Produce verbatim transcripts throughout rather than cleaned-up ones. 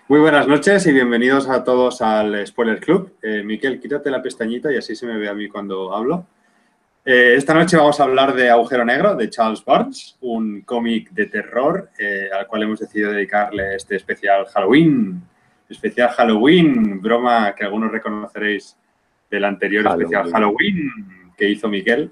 Muy buenas noches y bienvenidos a todos al Spoiler Club. Eh, Miquel, quítate la pestañita y así se me ve a mí cuando hablo. Eh, esta noche vamos a hablar de Agujero Negro, de Charles Barnes, un cómic de terror eh, al cual hemos decidido dedicarle este especial Halloween. Especial Halloween, broma que algunos reconoceréis del anterior Halloween. especial Halloween que hizo Miquel.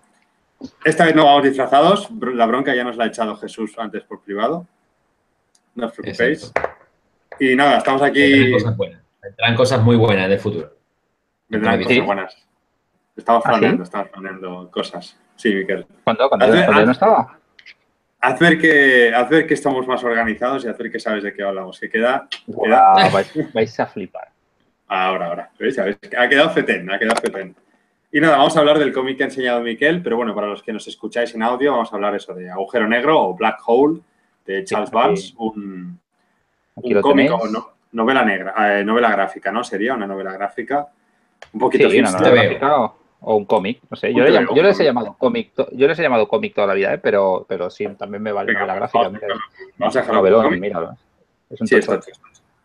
Esta vez no vamos disfrazados, la bronca ya nos la ha echado Jesús antes por privado. No os preocupéis. Exacto. Y nada, estamos aquí... Vendrán cosas buenas. Vendrán cosas muy buenas en el futuro. Vendrán cosas ¿Sí? buenas. Estamos ¿Ah, planeando, sí? estamos planeando cosas. Sí, Miquel. ¿Cuándo? ¿Cuándo, Haz ver- cuándo yo no haz- estaba? Haz ver, que, haz ver que estamos más organizados y haz ver que sabes de qué hablamos. Que queda... queda... Guau, vais, vais a flipar. Ahora, ahora. ¿Veis? ¿Sabes? Ha quedado fetén, ha quedado fetén. Y nada, vamos a hablar del cómic que ha enseñado Miquel, pero bueno, para los que nos escucháis en audio, vamos a hablar eso de Agujero Negro o Black Hole de Charles aquí- Barnes, un, Aquí un lo cómic tenéis. o no- novela negra, eh, novela gráfica, ¿no? Sería una novela gráfica. Un poquito Sí, una hipster. novela veo. gráfica o, o un cómic, no sé. Yo, Un le T V llamo- O, yo les he un- llamado cómic, to- yo les he llamado cómic toda la vida, ¿eh? pero, pero sí, también me vale Venga, novela pues, gráfica. vamos, Mira, vamos a es un dejarlo como novelón, cómic. míralo. ¿eh? Es un Sí, tocho. está, está.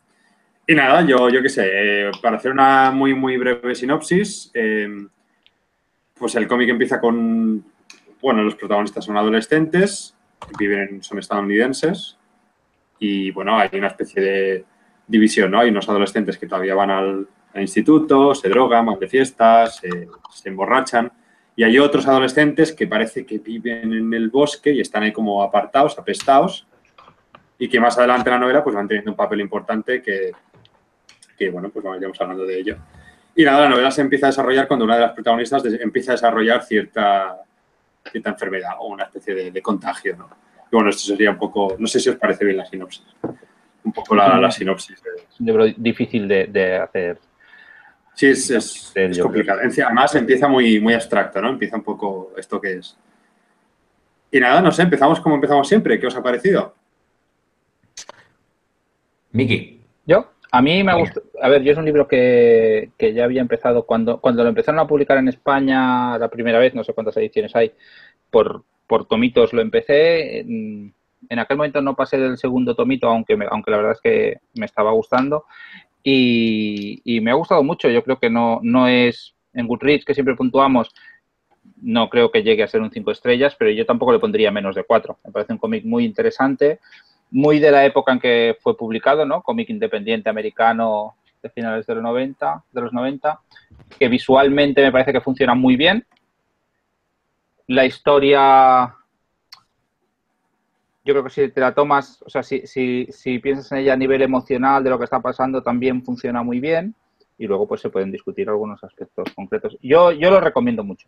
Y nada, yo, yo qué sé, eh, para hacer una muy, muy breve sinopsis, eh, pues el cómic empieza con, bueno, los protagonistas son adolescentes, viven, son estadounidenses y, bueno, hay una especie de división, ¿no? Hay unos adolescentes que todavía van al, al instituto, se drogan, van de fiestas, se, se emborrachan y hay otros adolescentes que parece que viven en el bosque y están ahí como apartados, apestados y que más adelante en la novela pues van teniendo un papel importante que, que bueno, pues vayamos hablando de ello. Y nada, la novela se empieza a desarrollar cuando una de las protagonistas des- empieza a desarrollar cierta, cierta enfermedad o una especie de, de contagio, ¿no? Y bueno, esto sería un poco, no sé si os parece bien la sinopsis, un poco la, la sinopsis. de- Es un libro difícil de, de hacer. Sí, es, es, Del es yo complicado. Encima, además empieza muy, muy abstracto, ¿no? Empieza un poco esto que es. Y nada, no sé, empezamos como empezamos siempre. ¿Qué os ha parecido? Miki. ¿Yo? A mí me Venga. gusta. A ver, yo es un libro que, que ya había empezado cuando, cuando lo empezaron a publicar en España la primera vez, no sé cuántas ediciones hay, por, por tomitos lo empecé. En, en aquel momento no pasé del segundo tomito, aunque, me- aunque la verdad es que me estaba gustando. Y, y me ha gustado mucho. Yo creo que no, no es en Goodreads, que siempre puntuamos, no creo que llegue a ser un cinco estrellas, pero yo tampoco le pondría menos de cuatro. Me parece un cómic muy interesante, muy de la época en que fue publicado, ¿no? Cómic independiente americano de finales de los noventa, de los noventa, que visualmente me parece que funciona muy bien. La historia, yo creo que si te la tomas, o sea, si, si, si piensas en ella a nivel emocional de lo que está pasando, también funciona muy bien. Y luego pues se pueden discutir algunos aspectos concretos. Yo, yo lo recomiendo mucho.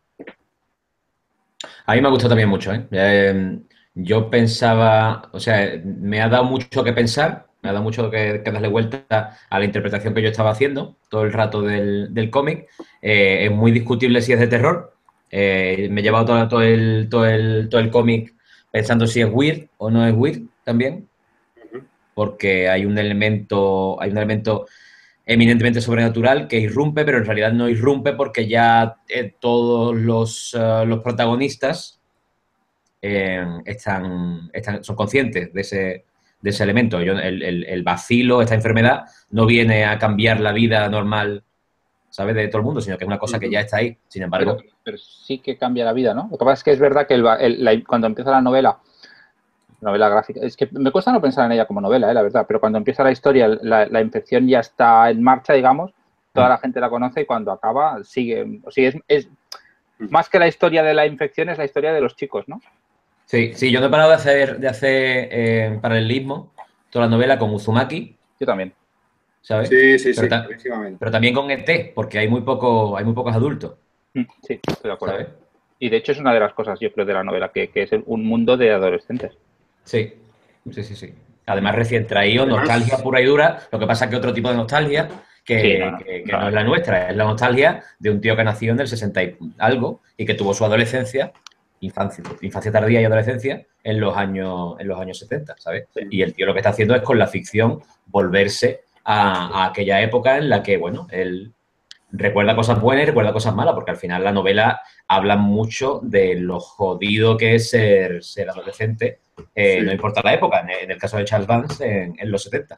A mí me ha gustado también mucho, ¿eh? Eh, yo pensaba, o sea, me ha dado mucho que pensar, me ha dado mucho que, que darle vuelta a la interpretación que yo estaba haciendo todo el rato del, del cómic. Eh, es muy discutible si es de terror. Eh, me he llevado todo, todo el, todo el, todo el cómic pensando si es weird o no es weird también, porque hay un elemento, hay un elemento eminentemente sobrenatural que irrumpe, pero en realidad no irrumpe porque ya eh, todos los, uh, los protagonistas eh, están, están, son conscientes de ese, de ese elemento. Yo, el, el, el vacilo, esta enfermedad, no viene a cambiar la vida normal, ¿sabes?, de todo el mundo, sino que es una cosa que ya está ahí. Sin embargo... Pero, pero sí que cambia la vida, ¿no? Lo que pasa es que es verdad que el, el, la, cuando empieza la novela, novela gráfica, es que me cuesta no pensar en ella como novela, ¿eh? La verdad, pero cuando empieza la historia, la, la infección ya está en marcha, digamos, toda la gente la conoce y cuando acaba sigue. O sea, es, es más que la historia de la infección, es la historia de los chicos, ¿no? Sí, sí, yo no he parado de hacer, de hacer eh, paralelismo toda la novela con Uzumaki. Yo también. ¿Sabes? Sí, sí, pero sí, ta clarísimamente. pero también con E T, porque hay muy poco, hay muy pocos adultos. Sí, estoy de acuerdo. ¿Sabes? Y de hecho es una de las cosas, yo creo, de la novela, que, que es un mundo de adolescentes. Sí, sí, sí, sí. Además, recién traído, Además, nostalgia pura y dura, lo que pasa es que otro tipo de nostalgia que, Sí, no, no, que, que no. no es la nuestra, es la nostalgia de un tío que nació en el sesenta y algo y que tuvo su adolescencia, infancia, infancia tardía y adolescencia en los años, en los años setenta, ¿sabes? Sí. Y el tío lo que está haciendo es con la ficción volverse a, a aquella época en la que, bueno, él recuerda cosas buenas y recuerda cosas malas, porque al final la novela habla mucho de lo jodido que es ser, ser adolescente, eh, Sí. no importa la época, en el, en el caso de Charles Vance, en, en los setenta.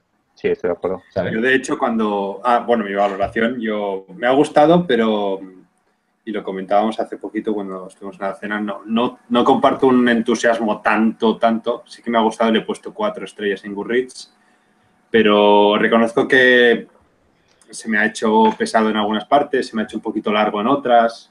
Sí, estoy de acuerdo. ¿sabes? Yo, de hecho, cuando... Ah, bueno, mi valoración, yo me ha gustado, pero... Y lo comentábamos hace poquito cuando estuvimos en la cena, no, no, no comparto un entusiasmo tanto, tanto. Sí que me ha gustado, le he puesto cuatro estrellas en Goodreads, pero reconozco que se me ha hecho pesado en algunas partes, se me ha hecho un poquito largo en otras.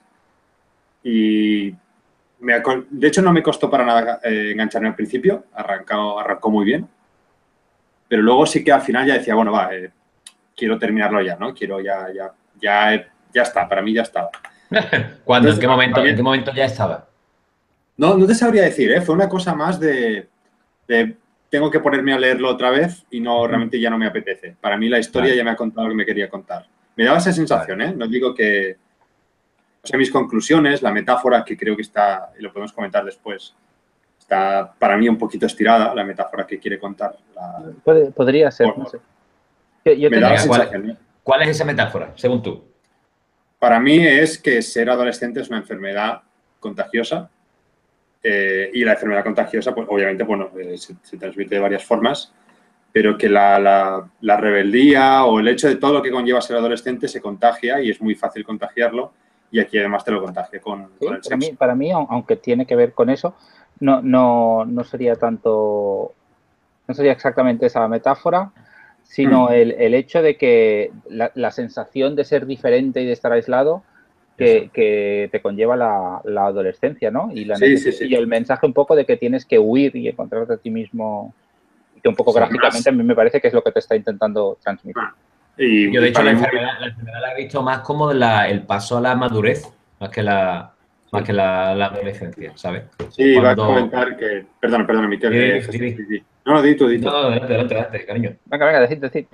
Y me ha, de hecho, no me costó para nada eh, engancharme al principio, arrancó, arrancó muy bien. Pero luego sí que al final ya decía, bueno, va, eh, quiero terminarlo ya, ¿no? Quiero ya, ya, ya, ya está, para mí ya estaba. ¿Cuándo? Entonces, ¿En qué momento, también, ¿en qué momento ya estaba? No, no te sabría decir, ¿eh? Fue una cosa más de, de tengo que ponerme a leerlo otra vez y no, realmente ya no me apetece. Para mí la historia vale. ya me ha contado lo que me quería contar. Me daba esa sensación, vale. ¿eh? No digo que... O sea, mis conclusiones, la metáfora que creo que está, y lo podemos comentar después, está para mí un poquito estirada, la metáfora que quiere contar. La... Puede, podría ser, bueno, no sé. Yo, yo me da la sensación, ¿cuál, ¿eh? ¿Cuál es esa metáfora, según tú? Para mí es que ser adolescente es una enfermedad contagiosa eh, y la enfermedad contagiosa, pues obviamente, bueno, eh, se, se transmite de varias formas, pero que la, la, la rebeldía o el hecho de todo lo que conlleva ser adolescente se contagia y es muy fácil contagiarlo y aquí además te lo contagia con, sí, con el para sexo. mí, para mí, aunque tiene que ver con eso, no, no, no sería tanto, no sería exactamente esa metáfora, sino mm. el, el hecho de que la, la sensación de ser diferente y de estar aislado que, que te conlleva la, la adolescencia, ¿no? Y, la sí, sí, sí. y el mensaje un poco de que tienes que huir y encontrarte a ti mismo, y que un poco sí, gráficamente más. A mí me parece que es lo que te está intentando transmitir. Ah. Y, Yo, de y hecho, la mí... enfermedad, la enfermedad la he visto más como la, el paso a la madurez, más que la, sí. más que la, la adolescencia, ¿sabes? Sí, Cuando... iba a comentar que... Perdona, perdona, Miquel. Que... Sí, sí, sí. Sí. No, no, di tú, di tú. No, adelante, adelante, adelante, cariño. Venga, venga, decid, decid.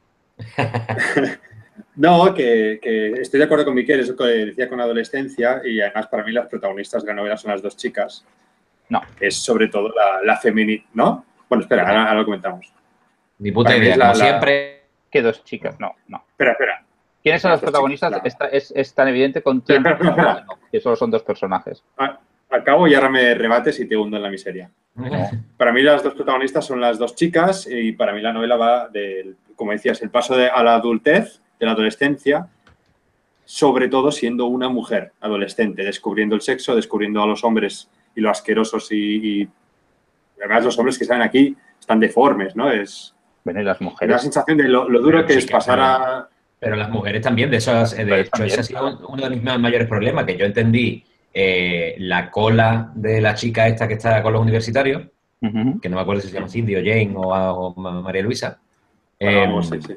No, que, que estoy de acuerdo con Miquel, eso que decía con adolescencia y además para mí las protagonistas de la novela son las dos chicas. No. Es sobre todo la, la feminidad, ¿no? Bueno, espera, ahora, ahora lo comentamos. Ni puta idea, como la, siempre... ¿Qué dos chicas? No, no. Espera, espera. ¿Quiénes son las protagonistas? Chicas, la... Esta, es, es tan evidente con quién. Espera, espera, espera. No, que solo son dos personajes. Ah, acabo y ahora me rebates y te hundo en la miseria. No. Para mí las dos protagonistas son las dos chicas y para mí la novela va del, como decías, el paso de, a la adultez, de la adolescencia, sobre todo siendo una mujer adolescente, descubriendo el sexo, descubriendo a los hombres y lo asquerosos y, y además los hombres que salen aquí están deformes, ¿no? Es bueno, y las mujeres. La sensación de lo, lo duro pero que sí, es pasar pero, a... Pero las mujeres también, de, esos, de hecho, también. Ese ha sido uno de mis mayores problemas, que yo entendí eh, la cola de la chica esta que está con los universitarios, uh-huh. que no me acuerdo si se llama Cindy o Jane o, o María Luisa, bueno, eh, sí, sí.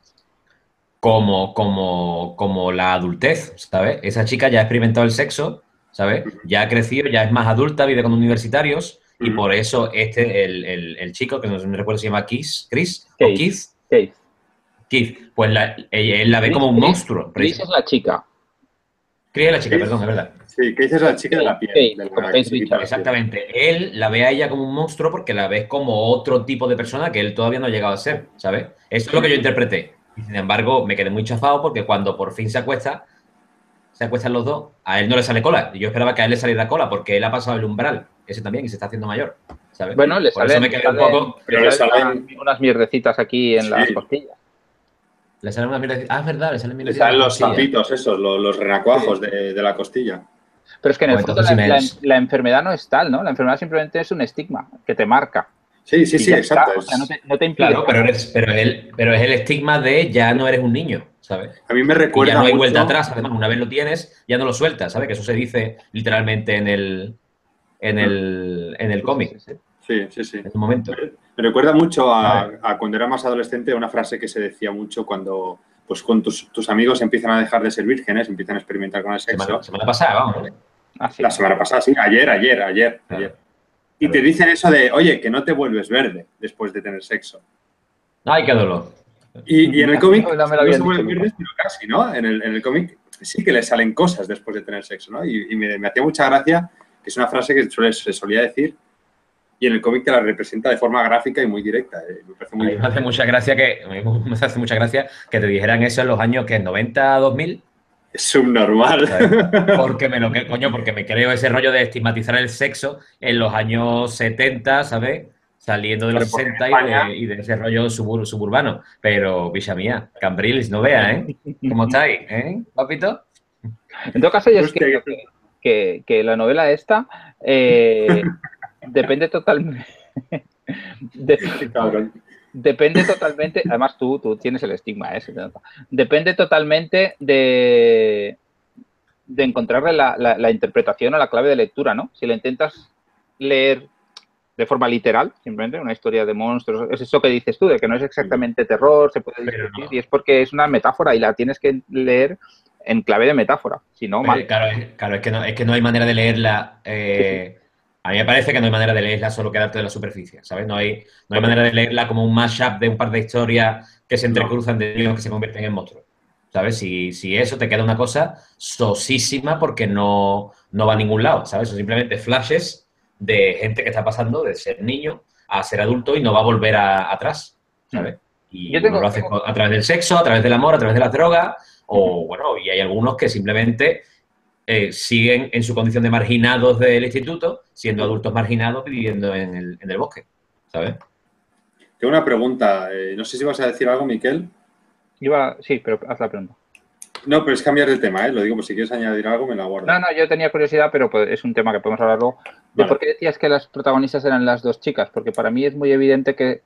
Como, como, como la adultez, ¿sabes? Esa chica ya ha experimentado el sexo, ¿sabes? Uh-huh. Ya ha crecido, ya es más adulta, vive con universitarios, uh-huh. y por eso este, el, el, el chico, que no me recuerdo si se llama Chris, Chris Keith. o Keith, Keith. Keith, pues la, él, él la ve Chris, como un Chris, monstruo. Chris es la chica. Chris es la chica, Chris, perdón, es verdad. Sí, Chris es la chica de la piel. Keith, de la, como Keith Richard. Exactamente. Él la ve a ella como un monstruo porque la ve como otro tipo de persona que él todavía no ha llegado a ser, ¿sabes? Eso es lo que yo interpreté. Y sin embargo, me quedé muy chafado porque cuando por fin se acuesta, se acuestan los dos, a él no le sale cola. Y yo esperaba que a él le saliera cola porque él ha pasado el umbral, ese también, y se está haciendo mayor, ¿sabes? Bueno, le por salen, eso me quedé salen, un poco... Pero le salen unas mierdecitas aquí en sí. las costillas. Le salen unas mierdecitas... Ah, es verdad, le salen mierdecitas. Le salen los zapitos esos, los, los renacuajos sí. de, de la costilla. Pero es que en el pues fondo la, si me... la, la enfermedad no es tal, ¿no? La enfermedad simplemente es un estigma que te marca. Sí, sí, sí, exacto. Está, o sea, no te, no te impide. Claro, pero, eres, pero, él, pero es el estigma de ya no eres un niño, ¿sabes? A mí me recuerda y ya no hay mucho... vuelta atrás, además, una vez lo tienes, ya no lo sueltas, ¿sabes? Que eso se dice literalmente en el, en el, en el cómic. Sí, sí, sí. sí. En un momento. Me, me recuerda mucho a, a cuando era más adolescente una frase que se decía mucho cuando pues con tus, tus amigos empiezan a dejar de ser vírgenes, empiezan a experimentar con el sexo. Semana, semana pasada, vamos, ¿no? Ah, sí. La semana pasada, sí, ayer, ayer, ayer, claro. ayer. Y te dicen eso de, oye, que no te vuelves verde después de tener sexo. Ay, qué dolor. Y, y en el cómic no, no, no se vuelven verdes, pero casi, ¿no? En el, en el cómic sí que le salen cosas después de tener sexo, ¿no? Y, y me, me hacía mucha gracia, que es una frase que suele, se solía decir, y en el cómic te la representa de forma gráfica y muy directa. Eh, me parece muy... A mí me hace mucha gracia que, me hace mucha gracia que te dijeran eso en los años que noventa a dos mil. Es subnormal. Porque me lo que, coño, porque me creo ese rollo de estigmatizar el sexo en los años setenta, ¿sabes? saliendo de los sesenta y de, y de ese rollo subur, suburbano. Pero, bicha mía, Cambrils, no vea, ¿eh? ¿Cómo estáis, eh, papito? En todo caso, yo es que, que, que, que la novela esta eh, depende totalmente... de, depende totalmente... Además, tú, tú tienes el estigma ese. ¿No? Depende totalmente de, de encontrarle la, la, la interpretación o la clave de lectura, ¿no? Si la intentas leer de forma literal, simplemente una historia de monstruos, es eso que dices tú, de que no es exactamente terror, se puede discutir, no. Y es porque es una metáfora y la tienes que leer en clave de metáfora, si no, mal. Claro, es, claro es, que no, es que no hay manera de leerla, eh, sí, sí. A mí me parece que no hay manera de leerla solo quedarte de la superficie, ¿sabes? No hay, no hay manera de leerla como un mashup de un par de historias que se entrecruzan no. de niños que se convierten en monstruos, ¿sabes? Si, si eso te queda una cosa sosísima porque no, no va a ningún lado, ¿sabes? Son simplemente flashes de gente que está pasando de ser niño a ser adulto y no va a volver a, atrás, ¿sabes? Y Yo tengo, uno lo hace tengo... a través del sexo, a través del amor, a través de las drogas, o bueno, y hay algunos que simplemente eh, siguen en su condición de marginados del instituto, siendo adultos marginados viviendo en el, en el bosque, ¿sabes? Tengo una pregunta, eh, no sé si vas a decir algo, Miquel. Iba, sí, pero haz la pregunta. No, pero es cambiar de tema, ¿eh? Lo digo, pues si quieres añadir algo, me la guardo. No, no, yo tenía curiosidad, pero pues, es un tema que podemos hablar luego. Vale. ¿Por qué decías que las protagonistas eran las dos chicas? Porque para mí es muy evidente que,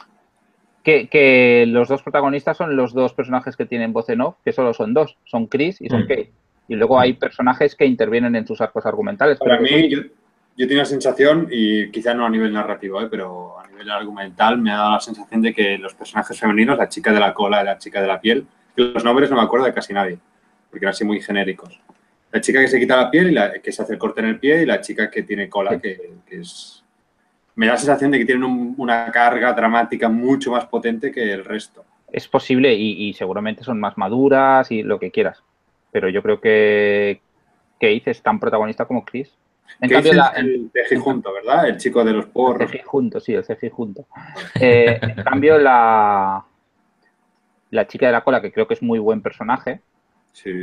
que, que los dos protagonistas son los dos personajes que tienen voz en off, que solo son dos, son Chris y son mm. Kate. Y luego mm. hay personajes que intervienen en sus arcos argumentales. Para pero mí, yo, yo tengo la sensación, y quizá no a nivel narrativo, ¿eh? Pero a nivel argumental me ha dado la sensación de que los personajes femeninos, la chica de la cola y la chica de la piel, los nombres no me acuerdo de casi nadie, porque eran así muy genéricos. La chica que se quita la piel y la que se hace el corte en el pie y la chica que tiene cola, que, que es... Me da la sensación de que tienen un, una carga dramática mucho más potente que el resto. Es posible y, y seguramente son más maduras y lo que quieras. Pero yo creo que Keith es tan protagonista como Chris. En Keith cambio, es la, el C G junto, ¿verdad? El chico de los porros. El C G junto, sí, el C G junto. Eh, en cambio, la... La chica de la cola, que creo que es muy buen personaje. Sí.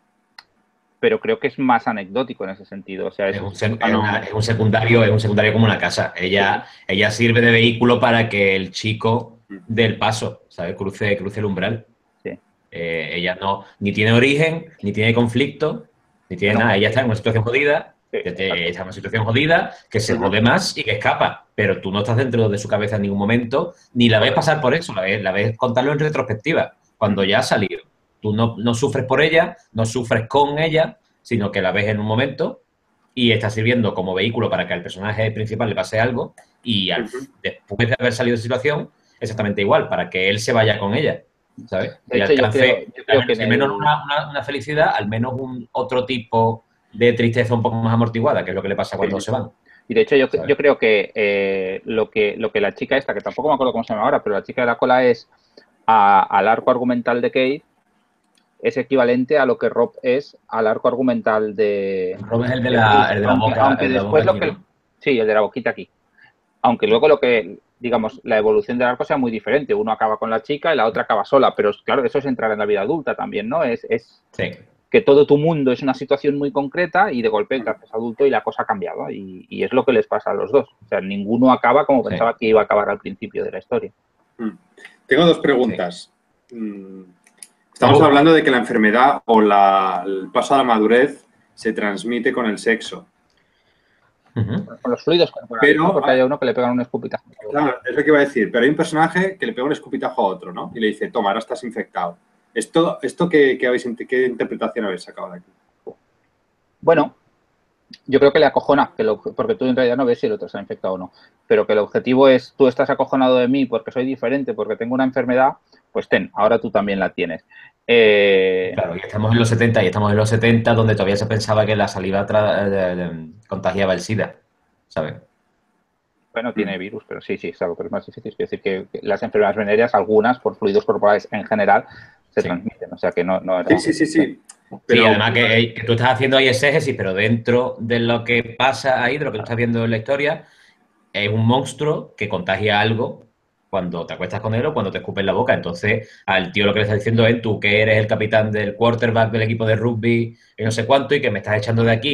Pero creo que es más anecdótico en ese sentido. O sea, es, es, un, sec es, una, es un secundario, es un secundario como una casa. Ella, sí. ella sirve de vehículo para que el chico dé el paso, ¿sabes? Cruce, cruce el umbral. Sí. Eh, ella no, ni tiene origen, ni tiene conflicto, ni tiene no, nada. Ella está en una situación jodida, sí, que te, está en una situación jodida, que se jode más y que escapa. Pero tú no estás dentro de su cabeza en ningún momento, ni la ves pasar por eso, la ves, la ves contarlo en retrospectiva, cuando ya ha salido. Tú no, no sufres por ella, no sufres con ella, sino que la ves en un momento y está sirviendo como vehículo para que al personaje principal le pase algo y al, después de haber salido de situación, exactamente igual, para que él se vaya con ella, ¿sabes? De hecho, yo creo, yo creo que al menos el... una, una, una felicidad, al menos un otro tipo de tristeza un poco más amortiguada, que es lo que le pasa cuando sí. se van. Y de hecho yo, yo creo que, eh, lo que lo que la chica esta, que tampoco me acuerdo cómo se llama ahora, pero la chica de la cola es a, al arco argumental de Kate, es equivalente a lo que Rob es al arco argumental de... Rob es el de la, el de la aunque, boca. Aunque el después de la boca lo que... aquí, ¿no? Sí, el de la boquita aquí. Aunque luego lo que, digamos, la evolución del arco sea muy diferente. Uno acaba con la chica y la otra acaba sola. Pero claro, eso es entrar en la vida adulta también, ¿no? Es, es sí. que todo tu mundo es una situación muy concreta y de golpe te haces adulto y la cosa ha cambiado. Y, y es lo que les pasa a los dos. O sea, ninguno acaba como pensaba sí. que iba a acabar al principio de la historia. Tengo dos preguntas. Sí. Estamos oh. hablando de que la enfermedad o la, el paso a la madurez se transmite con el sexo. Uh-huh. Con los fluidos corporales, pero, ¿no? Porque hay uno que le pegan un escupitajo. Claro, es lo que iba a decir. Pero hay un personaje que le pega un escupitajo a otro, ¿no? Y le dice, toma, ahora estás infectado. ¿Esto, esto qué, qué, habéis, qué interpretación habéis sacado de aquí? Bueno, yo creo que le acojona, que lo, porque tú en realidad no ves si el otro está infectado o no. Pero que el objetivo es, tú estás acojonado de mí porque soy diferente, porque tengo una enfermedad, pues ten, ahora tú también la tienes. Eh... Claro, y estamos en los setenta, y estamos en los setenta donde todavía se pensaba que la saliva tra eh, contagiaba el SIDA, ¿sabes? Bueno, tiene virus, pero sí, sí, es algo, pero es más difícil. Es decir, que, que las enfermedades venéreas, algunas, por fluidos corporales en general, se sí. transmiten, o sea que no... no era... Sí, sí, sí, sí. Pero sí, además que, que tú estás haciendo ahí exégesis, pero dentro de lo que pasa ahí, de lo que tú estás viendo en la historia, es un monstruo que contagia algo cuando te acuestas con él o cuando te escupes la boca. Entonces, al tío lo que le está diciendo es, tú que eres el capitán del quarterback del equipo de rugby y no sé cuánto, y que me estás echando de aquí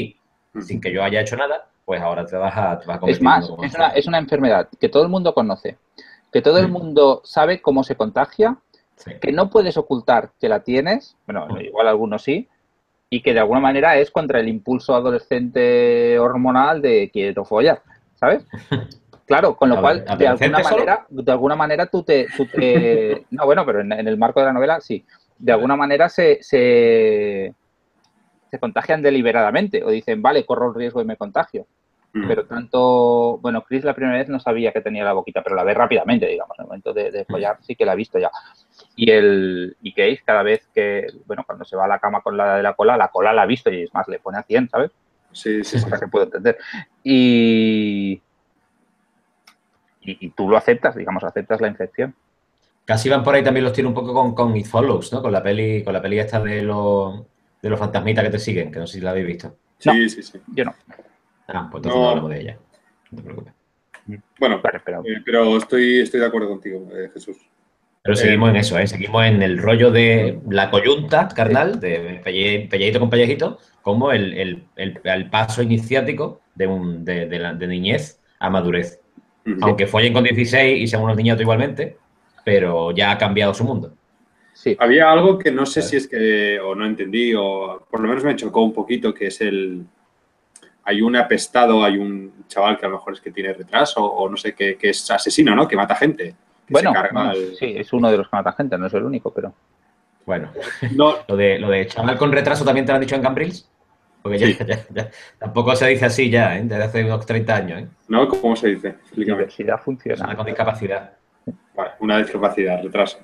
sin que yo haya hecho nada, pues ahora te vas a, te vas a Es más, es una, es una enfermedad que todo el mundo conoce, que todo el mundo sabe cómo se contagia, sí. que no puedes ocultar que la tienes, bueno, igual algunos sí, y que de alguna manera es contra el impulso adolescente hormonal de quiero follar, ¿sabes? Claro, con lo cual, de alguna manera, de alguna manera tú te, tú te... No, bueno, pero en, en el marco de la novela, sí. De alguna manera se, se, se contagian deliberadamente o dicen, vale, corro el riesgo y me contagio. Mm. Pero tanto... Bueno, Chris la primera vez no sabía que tenía la boquita, pero la ve rápidamente, digamos. En el momento de, de follar sí que la ha visto ya. Y el y Case, cada vez que... Bueno, cuando se va a la cama con la de la cola, la cola la ha visto y es más, le pone a cien, ¿sabes? Sí, sí, sí. Cosa que puedo entender. Y... Y, y tú lo aceptas, digamos, aceptas la infección. Casi van por ahí también los tiene un poco con, con It Follows, ¿no? Con la peli, con la peli esta de los de los fantasmitas que te siguen, que no sé si la habéis visto. No, sí, sí, sí. Yo no. Ah, pues entonces no, no hablamos de ella. No te preocupes. Bueno, vale, pero, eh, pero estoy, estoy de acuerdo contigo, eh, Jesús. Pero seguimos eh, en eso, ¿eh? Seguimos en el rollo de la coyunta carnal, de pelle, pellejito con pellejito, como el, el, el, el paso iniciático de, un, de, de, la, de niñez a madurez. Sí. Aunque follen con dieciséis y sean unos niñatos igualmente, pero ya ha cambiado su mundo. Sí. Había algo que no sé si es que o no entendí o por lo menos me chocó un poquito, que es el... Hay un apestado, hay un chaval que a lo mejor es que tiene retraso o no sé, que, que es asesino, ¿no? Que mata gente. Que bueno, se carga bueno el... sí, es uno de los que mata gente, no es el único, pero... Bueno, no. lo, de, lo de chaval con retraso también te lo han dicho en Cambrils. Porque ya, sí. ya, ya, tampoco se dice así ya, ¿eh? Desde hace unos treinta años. ¿eh? ¿No? ¿Cómo se dice? Explícame. Diversidad funciona. Una con discapacidad. Vale, una discapacidad, retraso.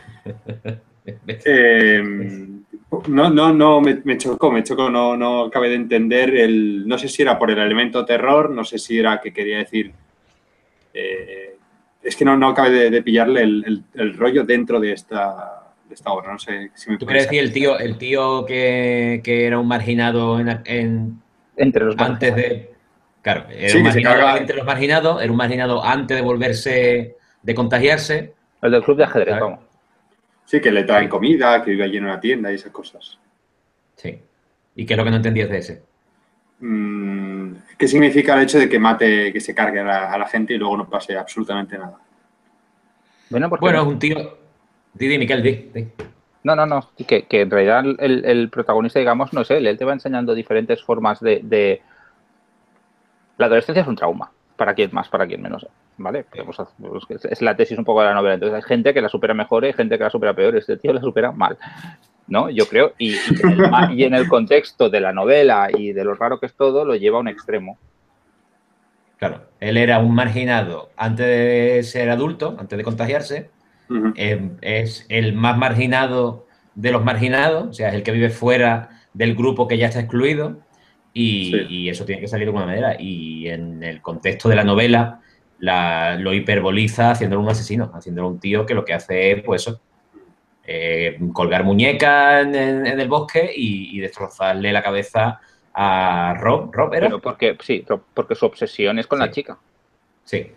eh, no, no, no, me, me chocó, me chocó, no, no acabé de entender el... No sé si era por el elemento terror, no sé si era que quería decir... Eh, es que no, no acabé de, de pillarle el, el, el rollo dentro de esta... de esta obra, no sé si me ¿Tú quieres decir el tío, el tío que, que era un marginado en, en entre los antes de claro, era sí, un marginado carga... entre los marginados, era un marginado antes de volverse, de contagiarse? El del club de ajedrez, vamos. Sí, que le traen sí. comida, que vive allí en una tienda y esas cosas. Sí. ¿Y qué es lo que no entendías de ese? Mm, ¿Qué significa el hecho de que mate, que se cargue a la, a la gente y luego no pase absolutamente nada? Bueno, porque bueno no? es un tío... Didi, Miquel, di, di. No, no, no, que, que en realidad el, el protagonista, digamos, no es él, él te va enseñando diferentes formas de, de... La adolescencia es un trauma, para quien más, para quien menos, ¿vale? Pues, es la tesis un poco de la novela, entonces hay gente que la supera mejor y hay gente que la supera peor, este tío la supera mal, ¿no? Yo creo, y, y, en el, y en el contexto de la novela y de lo raro que es todo, lo lleva a un extremo. Claro, él era un marginado antes de ser adulto, antes de contagiarse. Uh-huh. eh, es el más marginado de los marginados, o sea, es el que vive fuera del grupo que ya está excluido y, sí. y eso tiene que salir de alguna manera. Y en el contexto de la novela la, lo hiperboliza haciéndolo un asesino, haciéndolo un tío que lo que hace es, pues eso, eh, colgar muñecas en, en, en el bosque y, y destrozarle la cabeza a Rob. ¿Rob era? Pero porque, sí, porque su obsesión es con sí. la chica. Sí.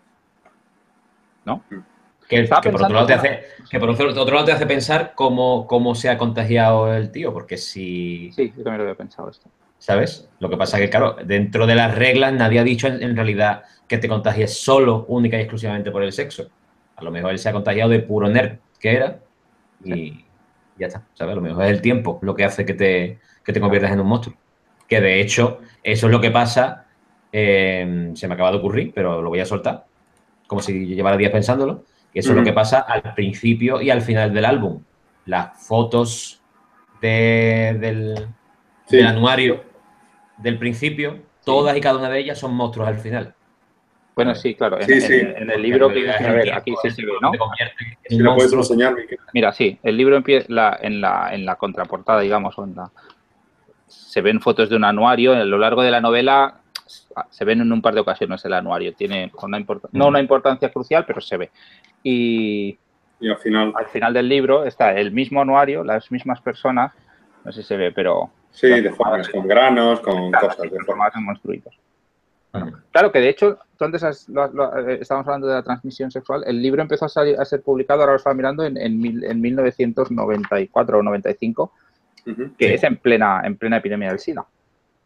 ¿No? Que, que, por otro lado te hace, que por otro lado te hace pensar cómo, cómo se ha contagiado el tío, porque si... Sí, yo también lo había pensado esto. ¿Sabes? Lo que pasa es que, claro, dentro de las reglas nadie ha dicho en, en realidad que te contagies solo, única y exclusivamente por el sexo. A lo mejor él se ha contagiado de puro nerd que era y sí. ya está, ¿sabes? A lo mejor es el tiempo lo que hace que te, que te conviertas en un monstruo. Que de hecho, eso es lo que pasa, eh, se me acaba de ocurrir, pero lo voy a soltar, como si llevara días pensándolo. Y eso uh-huh. es lo que pasa al principio y al final del álbum. Las fotos de, del, sí. del anuario del principio, sí. todas y cada una de ellas son monstruos al final. Bueno, sí, claro. En, sí, sí. en, en el libro que a ver, aquí sí se ve, ¿no? Si lo puedes enseñar, Miquel. Mira, sí, el libro empieza la, en, la, en la contraportada, digamos, o en la, se ven fotos de un anuario. A lo largo de la novela se ven en un par de ocasiones el anuario. Tiene una import- no una importancia crucial, pero se ve. Y, y al final al final del libro está el mismo anuario, las mismas personas, no sé si se ve, pero... Sí, deformes, con granos, con claro, cosas. Deformadas en monstruitos. Bueno, claro que de hecho, tú antes has, lo, lo, estábamos hablando de la transmisión sexual, el libro empezó a, salir, a ser publicado, ahora lo estaba mirando, en, en, mil, en mil novecientos noventa y cuatro o noventa y cinco, uh-huh. que sí. es en plena, en plena epidemia del SIDA.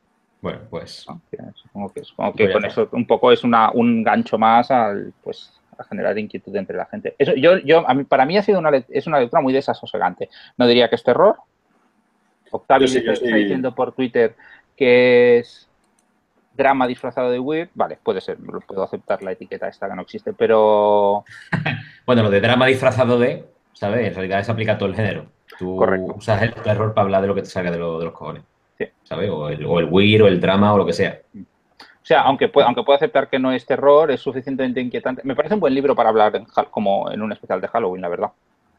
Bueno, pues... ¿no? Que supongo que, supongo que pues con eso un poco es una, un gancho más al, pues, a generar inquietud entre la gente. Eso, yo, yo, a mí, para mí ha sido una, es una lectura muy desasosegante. No diría que es terror. Octavio sí, está, sí. está diciendo por Twitter que es drama disfrazado de weird. Vale, puede ser, puedo aceptar la etiqueta esta que no existe, pero... Bueno, lo de drama disfrazado de, ¿sabes? En realidad se aplica a todo el género. Tú Correcto. usas el terror para hablar de lo que te salga de, lo, de los cojones. Sí. ¿Sabes? O el, o el weird, o el drama, o lo que sea. O sea, aunque puedo, aunque puedo aceptar que no es terror, es suficientemente inquietante. Me parece un buen libro para hablar en, como en un especial de Halloween, la verdad.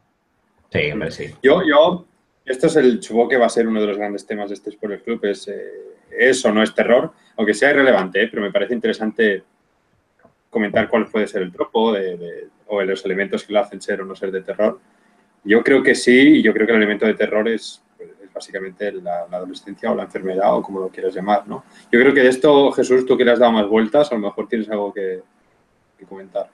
Sí, hombre, sí. Yo, yo, esto es el, supongo que va a ser uno de los grandes temas de este Spoiler Club, es, eh, es o no es terror, aunque sea irrelevante, ¿eh? Pero me parece interesante comentar cuál puede ser el tropo de, de, o los elementos que lo hacen ser o no ser de terror. Yo creo que sí, y yo creo que el elemento de terror es, pues, es básicamente la, la adolescencia o la enfermedad o como lo quieras llamar, ¿no? Yo creo que de esto, Jesús, tú que le has dado más vueltas, a lo mejor tienes algo que, que comentar.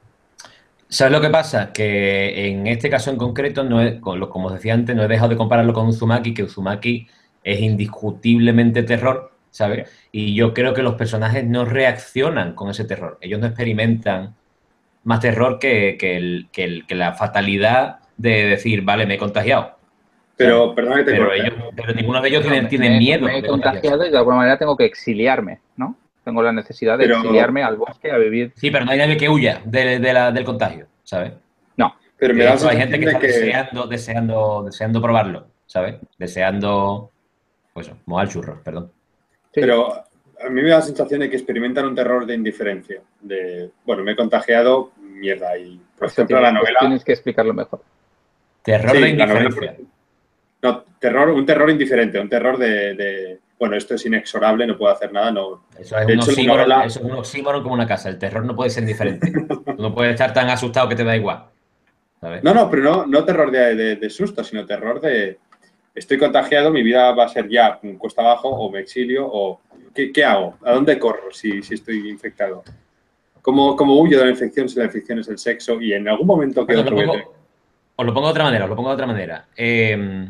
¿Sabes lo que pasa? Que en este caso en concreto, no es, como os decía antes, no he dejado de compararlo con Uzumaki, que Uzumaki es indiscutiblemente terror, ¿sabes? Y yo creo que los personajes no reaccionan con ese terror. Ellos no experimentan más terror que, que, el, que, el, que la fatalidad de decir, vale, me he contagiado. Pero, perdón que te pero, corte. ellos, pero ninguno de ellos tiene, me, tiene me, miedo. Me he contagiado y de alguna manera tengo que exiliarme, ¿no? Tengo la necesidad de pero, exiliarme al bosque a vivir. Sí, pero no hay nadie que huya de, de la, del contagio, ¿sabes? No. Pero me da hay gente que está que... deseando, deseando, deseando probarlo, ¿sabes? Deseando, pues, mojar churros, perdón. Sí. Pero a mí me da la sensación de que experimentan un terror de indiferencia. De, bueno, me he contagiado, mierda. Y, por Eso ejemplo, tienes, la novela... Tienes que explicarlo mejor. Terror sí, de indiferencia. Novela, no, terror, un terror indiferente, un terror de, de... Bueno, esto es inexorable, no puedo hacer nada. No. Eso es, un hecho, oxímoron, novela... eso es un oxímoron como una casa. El terror no puede ser indiferente. Tú no puedes estar tan asustado que te da igual. ¿Sabes? No, no, pero no, no terror de, de, de susto, sino terror de... Estoy contagiado, mi vida va a ser ya cuesta abajo, o me exilio, o... ¿Qué, qué hago? ¿A dónde corro si, si estoy infectado? ¿Cómo, ¿Cómo huyo de la infección si la infección es el sexo? Y en algún momento que bueno, otro... Lo pongo, os lo pongo de otra manera, os lo pongo de otra manera. Eh,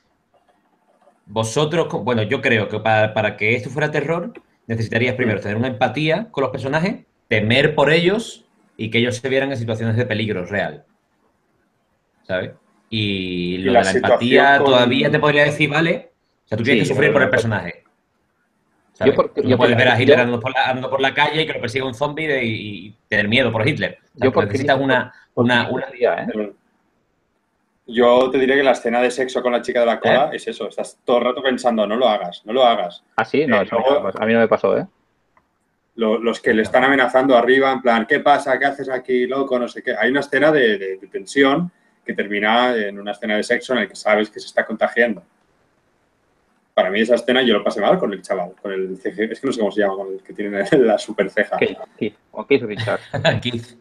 vosotros, bueno, yo creo que para, para que esto fuera terror, necesitarías primero tener una empatía con los personajes, temer por ellos y que ellos se vieran en situaciones de peligro real. ¿Sabes? Y lo y la de la empatía con... todavía te podría decir, vale, o sea, tú tienes sí, que sufrir por el personaje. ¿Sabes? Yo porque, tú no yo puedes ver a Hitler yo, andando, por la, andando por la calle y que lo persiga un zombie de, y, y tener miedo por Hitler. O sea, yo por necesitas Cristo, una... Por, una, por una día, ¿eh? Yo te diré que la escena de sexo con la chica de la cola ¿Eh? es eso. Estás todo el rato pensando, no lo hagas, no lo hagas. Ah, sí, no, eh, eso luego, a mí no me pasó, ¿eh? Lo, los que le están amenazando arriba, en plan, ¿qué pasa? ¿Qué haces aquí, loco? No sé qué. Hay una escena de, de, de tensión que termina en una escena de sexo en la que sabes que se está contagiando. Para mí esa escena yo lo pasé mal con el chaval, con el C G, es que no sé cómo se llama, con el que tiene la super ceja. Keith, Keith, o Keith Richards. Keith.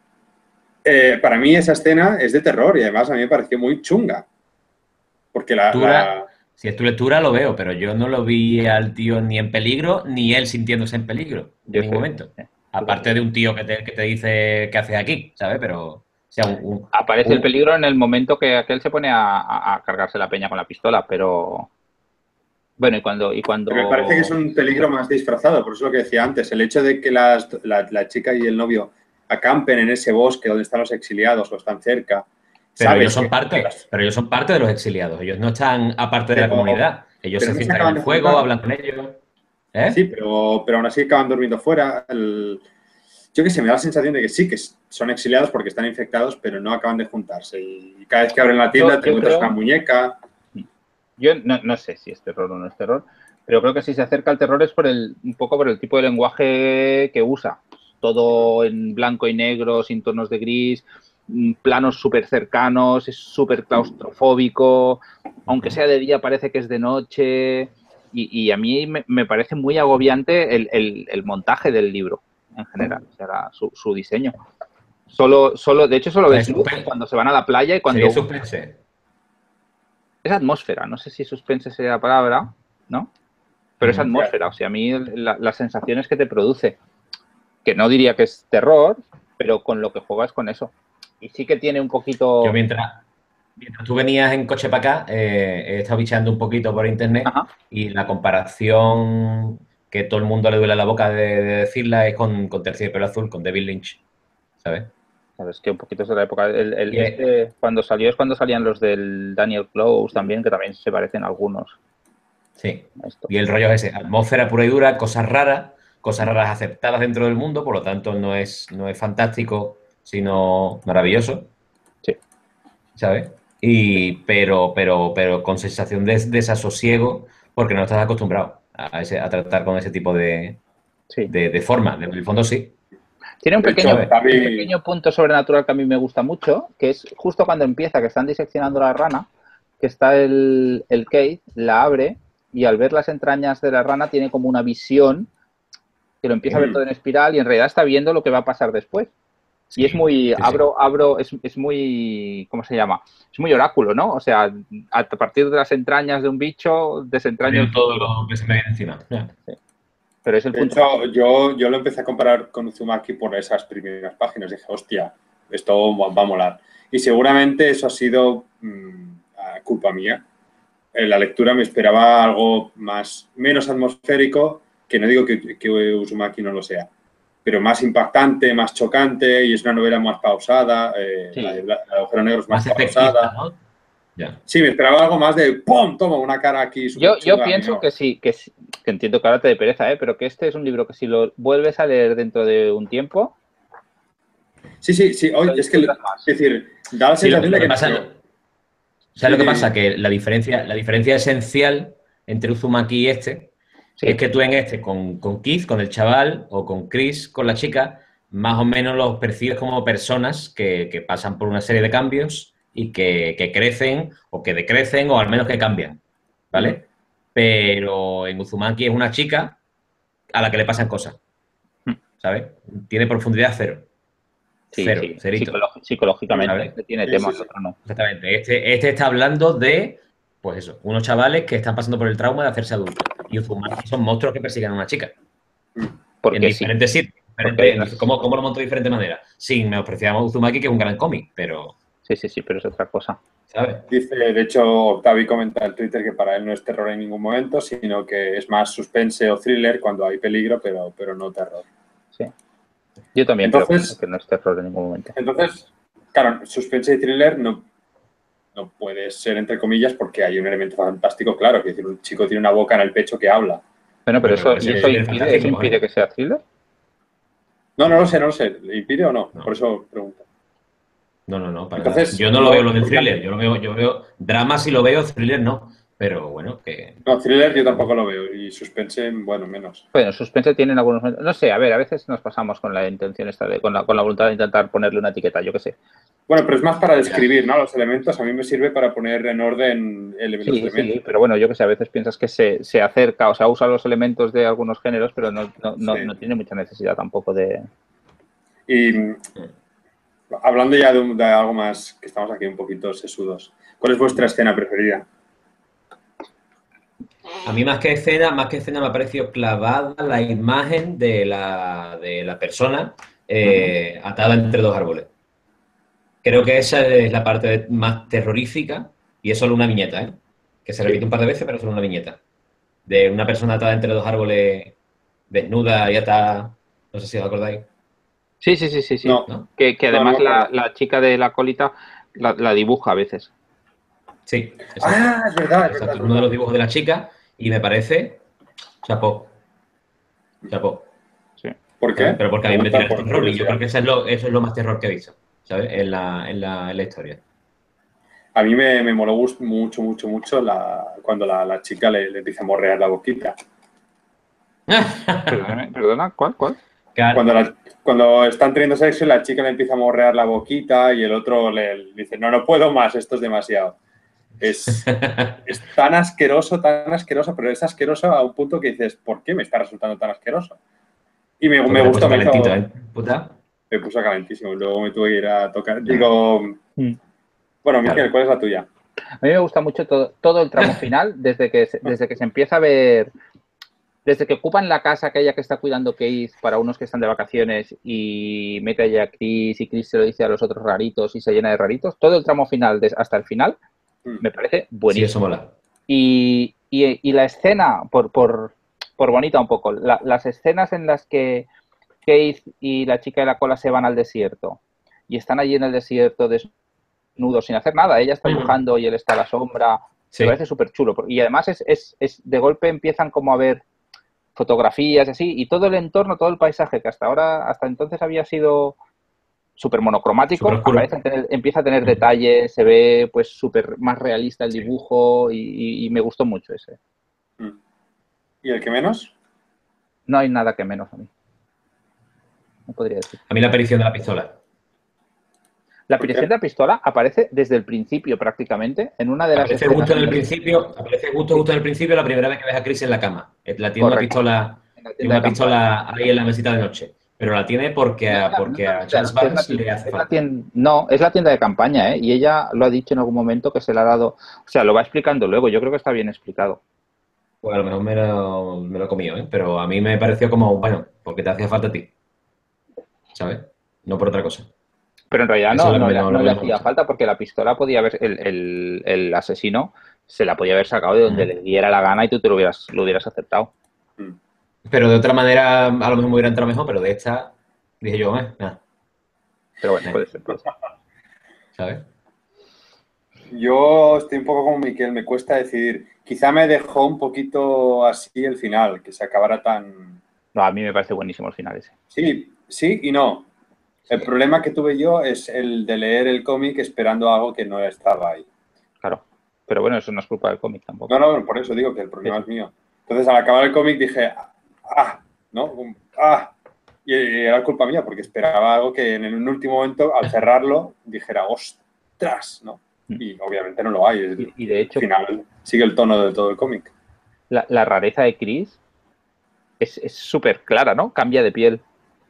Eh, para mí esa escena es de terror y además a mí me pareció muy chunga. Porque la, la... Si es tu lectura lo veo, pero yo no lo vi al tío ni en peligro, ni él sintiéndose en peligro en ningún momento. Aparte de un tío que te, que te dice qué haces aquí, ¿sabes? Pero... O sea, un, un, Aparece un... el peligro en el momento que aquel se pone a, a, a cargarse la peña con la pistola, pero... Bueno, y cuando... Y cuando... Me parece que es un peligro más disfrazado, por eso lo que decía antes. El hecho de que las, la, la chica y el novio acampen en ese bosque donde están los exiliados o están cerca. Pero ellos son que... parte, pero ellos son parte de los exiliados. Ellos no están aparte de pero, la comunidad. Ellos se sientan en el fuego, hablan con ellos. ¿Eh? Sí, pero, pero aún así acaban durmiendo fuera. El... Yo qué sé, me da la sensación de que sí, que son exiliados porque están infectados, pero no acaban de juntarse. Y cada vez que abren la tienda yo, te encuentras creo... una muñeca. Yo no, no sé si es terror o no es terror, pero creo que si se acerca al terror es por el, un poco por el tipo de lenguaje que usa. Todo en blanco y negro, sin tonos de gris, planos súper cercanos, es súper claustrofóbico, aunque sea de día parece que es de noche, y, y a mí me, me parece muy agobiante el, el, el montaje del libro en general, o sea, la, su, su diseño. Solo, solo, de hecho, solo ves luz cuando se van a la playa y cuando... Sería suspense. Es atmósfera, no sé si suspense sea la palabra, ¿no? Pero es atmósfera, o sea, a mí la, las sensaciones que te produce, que no diría que es terror, pero con lo que juegas con eso. Y sí que tiene un poquito... Yo mientras, mientras tú venías en coche para acá, eh, he estado bicheando un poquito por internet. Ajá. Y la comparación que todo el mundo le duele la boca de, de decirla, es con, con Terciopelo Azul, con David Lynch, ¿sabes? Sabes que un poquito es de la época. El, el, Yeah. este, cuando salió es cuando salían los del Daniel Close también, que también se parecen algunos. Sí. Esto. Y el rollo es ese, atmósfera pura y dura, cosas raras, cosas raras aceptadas dentro del mundo, por lo tanto no es, no es fantástico, sino maravilloso. Sí. ¿Sabes? Y, pero, pero, pero con sensación de desasosiego, porque no estás acostumbrado a, ese, a tratar con ese tipo de, Sí. de, de forma. En el fondo sí. Tiene un De pequeño, hecho, Tavi- un pequeño punto sobrenatural que a mí me gusta mucho, que es justo cuando empieza, que están diseccionando la rana, que está el, el Keith, la abre y al ver las entrañas de la rana tiene como una visión que lo empieza a ver todo en espiral y en realidad está viendo lo que va a pasar después. Sí, Y es muy, sí, sí. abro, abro, es, es muy, ¿cómo se llama? Es muy oráculo, ¿no? O sea, a partir de las entrañas de un bicho, desentraño el Veo todo futuro. lo que se me viene encima. Pero es el De punto más. hecho, yo, yo lo empecé a comparar con Uzumaki por esas primeras páginas. Dije, hostia, esto va va a molar. Y seguramente eso ha sido mm, a culpa mía. En la lectura me esperaba algo más, menos atmosférico, que no digo que, que Uzumaki no lo sea, pero más impactante, más chocante, y es una novela más pausada, eh, Sí. la de Bla- el agujero negro es más, Más efectista, pausada. ¿no? Ya. Sí, me esperaba algo más de ¡pum! Toma, una cara aquí súper Yo, yo chunga. pienso No. que sí, que sí, que entiendo que ahora te dé pereza, ¿eh? Pero que este es un libro que si lo vuelves a leer dentro de un tiempo, Sí, sí, sí. lo Oye, es que, disfrutas más. es decir, da la Sí, lo, sensación lo de que que pasa, no- ¿sabes lo que sí, pasa? Que la diferencia, la diferencia esencial entre Uzumaki y este Sí. es que tú en este, con, con Keith, con el chaval, o con Chris, con la chica, más o menos los percibes como personas que, que pasan por una serie de cambios y que, que crecen o que decrecen o al menos que cambian, ¿vale? Ujú. Pero en Uzumaki es una chica a la que le pasan cosas, ¿sabes? Tiene profundidad cero. Sí, Cero, sí. cerito. Psicolo- psicológicamente ¿Sabes? este tiene Sí, temas, sí, sí. otro no. Exactamente. Este, este está hablando de, pues eso, unos chavales que están pasando por el trauma de hacerse adultos. Y Uzumaki son monstruos que persiguen a una chica. En Porque sí. diferentes sitios. Porque hay diferentes- en unas- dif- ¿Cómo, cómo lo monto de diferente manera? Sin menospreciar a Uzumaki, que es un gran cómic, pero, Sí, sí, sí, pero es otra cosa. ¿sabes? Dice, de hecho, Octavi comenta en Twitter que para él no es terror en ningún momento, sino que es más suspense o thriller cuando hay peligro, pero, pero no terror. Sí. Yo también Entonces- creo que no es terror en ningún momento. Entonces, claro, suspense y thriller no, no puede ser entre comillas porque hay un elemento fantástico, claro, que es decir, un chico tiene una boca en el pecho que habla. Bueno, pero Pero eso, puede ¿y ser eso thriller impide, fantástico, eso impide cojones. que sea thriller? No, no lo sé, no lo sé. ¿Le impide o no? No. Por eso pregunto. No, no, no, para Entonces, nada. Yo no lo no- veo lo del thriller, yo lo veo, yo veo drama sí lo veo, thriller no. Pero bueno, que. No, thriller yo tampoco lo veo y suspense, bueno, menos. Bueno, suspense tienen algunos momentos. No sé, a ver, a veces nos pasamos con la intención esta de, con la, con la voluntad de intentar ponerle una etiqueta, yo qué sé. Bueno, pero es más para describir, ¿no? Los elementos. A mí me sirve para poner en orden el- los Sí, elementos. sí, pero bueno, yo que sé, a veces piensas que se, se acerca, o sea, usa los elementos de algunos géneros, pero no, no, no, Sí. no tiene mucha necesidad tampoco de... Y mm, hablando ya de, un- de algo más, que estamos aquí un poquito sesudos, ¿cuál es vuestra escena preferida? A mí más que escena, más que escena me ha parecido clavada la imagen de la, de la persona eh, atada entre dos árboles. Creo que esa es la parte más terrorífica y es solo una viñeta, ¿eh? Que se Sí. repite un par de veces, pero es solo una viñeta. De una persona atada entre dos árboles, desnuda y atada. No sé si os acordáis. Sí, sí, sí, sí, sí. No. ¿No? Que, que No, además no, la, no. la chica de la colita la, la dibuja a veces. Sí, exacto. Ah, es verdad, es Exacto, verdad. es uno de los dibujos de la chica y me parece chapó. Chapó. Sí. ¿Por qué? ¿Sabes? Pero porque a mí me Pregunta tira el por terror y yo curiosidad. creo que eso es lo, eso es lo más terror que he visto, ¿sabes? En la, en la, en la historia. A mí me, me moló gust- mucho, mucho, mucho la, cuando la, la chica le, le empieza a morrear la boquita. Perdóname, perdona, ¿cuál, cuál? Claro. Cuando, la- cuando están teniendo sexo y la chica le empieza a morrear la boquita y el otro le, le dice, no, no puedo más, esto es demasiado. Es, es tan asqueroso, tan asqueroso, pero es asqueroso a un punto que dices, ¿por qué me está resultando tan asqueroso? Y me, Porque me te gustó, puso me hizo, calentito, ¿eh? Puta. me puso calentísimo. Luego me tuve que ir a tocar. Digo, Mm. bueno, Miguel, Claro. ¿cuál es la tuya? A mí me gusta mucho todo, todo el tramo final, desde que, se- desde que se empieza a ver, desde que ocupan la casa aquella que está cuidando Keith para unos que están de vacaciones y mete allá a Chris y Chris se lo dice a los otros raritos y se llena de raritos, todo el tramo final des- hasta el final Mm. me parece Sí, eso buenísimo. mola. Y, y- y la escena, por, por, por bonita un poco, la, las escenas en las que Keith y la chica de la cola se van al desierto y están allí en el desierto desnudos sin hacer nada, ella está dibujando y él está a la sombra, sí. Me parece súper chulo. Y además es, es, es de golpe empiezan como a ver fotografías así, y todo el entorno, todo el paisaje que hasta ahora, hasta entonces había sido súper monocromático, aparece a tener, empieza a tener mm. detalles, se ve pues súper más realista el dibujo y, y, y me gustó mucho ese. ¿Y el que menos? No hay nada que menos a mí. No podría decir. A mí la aparición de la pistola. La aparición de la pistola aparece desde el principio prácticamente, en una de las aparece justo en el principio, aparece justo, justo en el principio la primera vez que ves a Chris en la cama. La tiene una pistola, tiene una pistola ahí en la mesita de noche. Pero la tiene porque a, no, porque no, no, a Charles no, Barnes le hace falta. Tienda, no, es la tienda de campaña, ¿eh? Y ella lo ha dicho en algún momento que se le ha dado... O sea, lo va explicando luego. Yo creo que está bien explicado. Pues a lo mejor me lo, me lo he comido, ¿eh? Pero a mí me pareció como, bueno, porque te hacía falta a ti. ¿Sabes? No por otra cosa. Pero en realidad no, no, no, no le hacía falta porque la pistola podía haber... El, el, el asesino se la podía haber sacado de donde uh-huh. le diera la gana y tú te lo hubieras, lo hubieras aceptado. Uh-huh. Pero de otra manera, a lo mejor me hubiera entrado mejor, pero de esta, dije yo, eh, nada. Pero bueno, puede ser, puede ser. ¿Sabes? Yo estoy un poco como Miquel, me cuesta decidir. Quizá me dejó un poquito así el final, que se acabara tan... No, a mí me parece buenísimo el final ese. Sí, sí y no. El problema que tuve yo es el de leer el cómic esperando algo que no estaba ahí. Claro, pero bueno, eso no es culpa del cómic tampoco. No, no, por eso digo que el problema sí. es mío. Entonces, al acabar el cómic dije... ¡Ah! ¿No? ¡Ah! Y era culpa mía, porque esperaba algo que en un último momento, al cerrarlo, dijera ¡ostras! ¿No? Y obviamente no lo hay. Y, y de hecho... Al final sigue el tono de todo el cómic. La, la rareza de Chris es súper clara, ¿no? Cambia de piel.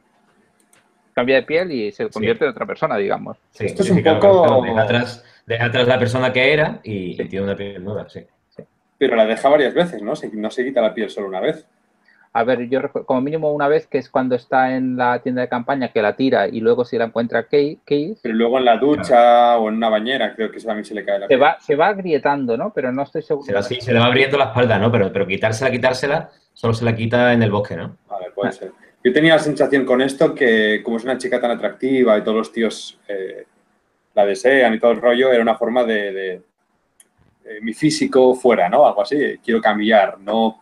Cambia de piel y se convierte sí. en otra persona, digamos. Sí, Esto es un poco... Deja atrás, deja atrás la persona que era y, sí. y tiene una piel nueva, sí. sí. Pero la deja varias veces, ¿no? No se quita la piel solo una vez. A ver, yo recuerdo, como mínimo una vez, que es cuando está en la tienda de campaña, que la tira y luego si la encuentra Keith... Pero luego en la ducha claro. o en una bañera, creo que eso a mí se le cae la se piel. Va, se va agrietando, ¿no? Pero no estoy seguro. Se, va, sí, se le va abriendo la espalda, ¿no? Pero, pero quitársela, quitársela, solo se la quita en el bosque, ¿no? Vale, puede ah. ser. Yo tenía la sensación con esto que, como es una chica tan atractiva y todos los tíos eh, la desean y todo el rollo, era una forma de, de, de mi físico fuera, ¿no? Algo así. Quiero cambiar, no...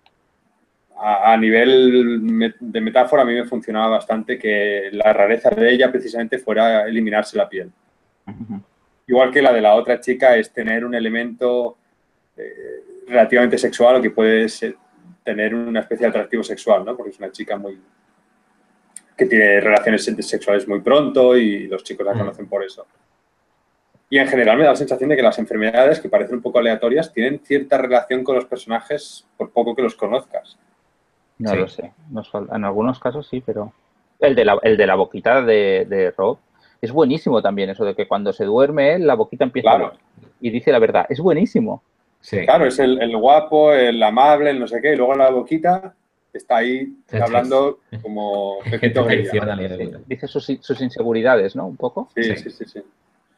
A, a nivel de metáfora, a mí me funcionaba bastante que la rareza de ella precisamente fuera eliminarse la piel. Uh-huh. Igual que la de la otra chica es tener un elemento eh, relativamente sexual o que puede ser, tener una especie de atractivo sexual, ¿no? Porque es una chica muy que tiene relaciones sexuales muy pronto y los chicos la uh-huh. conocen por eso. Y en general me da la sensación de que las enfermedades, que parecen un poco aleatorias, tienen cierta relación con los personajes por poco que los conozcas. No sí. lo sé. Nos falta, en algunos casos sí, pero... El de la, el de la boquita de, de Rob es buenísimo también, eso de que cuando se duerme él, la boquita empieza claro. a hablar y dice la verdad. Es buenísimo. Sí. Claro, es el, el guapo, el amable, el no sé qué, y luego la boquita está ahí sí, hablando sí. como... Pepito Grillo. Sí. Dice sus, sus inseguridades, ¿no? Un poco. Sí, sí, sí, sí. sí.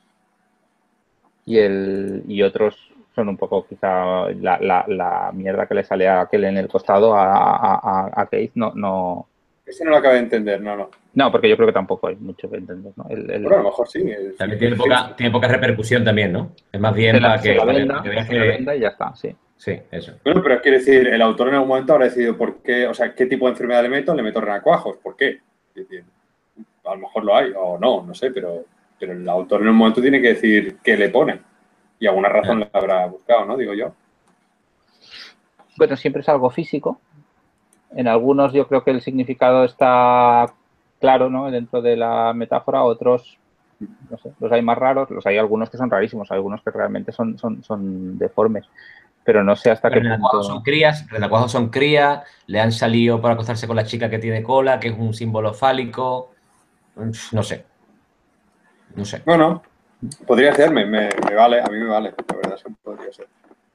Y, el, y otros... son un poco quizá la, la, la mierda que le sale a aquel en el costado a, a, a Keith, no, no... Ese no lo acabo de entender, no, no. No, porque yo creo que tampoco hay mucho que entender, ¿no? El, el... Bueno, a lo mejor sí. El... También tiene poca, tiene poca repercusión también, ¿no? Es más bien la, para que... Se la venda, para que veas se que... la venda y ya está, sí. Sí, eso. Bueno, pero quiere decir, el autor en algún momento habrá decidido por qué, o sea, qué tipo de enfermedad le meto, le meto renacuajos, ¿por qué? Es decir, a lo mejor lo hay, o no, no sé, pero, pero el autor en un momento tiene que decir qué le pone. Y alguna razón la habrá buscado, ¿no? Digo yo. Bueno, siempre es algo físico. En algunos yo creo que el significado está claro, ¿no? Dentro de la metáfora, otros, no sé, los hay más raros, los hay algunos que son rarísimos, algunos que realmente son, son, son deformes. Pero no sé hasta qué punto... Son crías, renacuajos son crías, le han salido para acostarse con la chica que tiene cola, que es un símbolo fálico. No sé. No sé. Bueno, podría ser, me, me, me vale, a mí me vale, la verdad es que podría ser.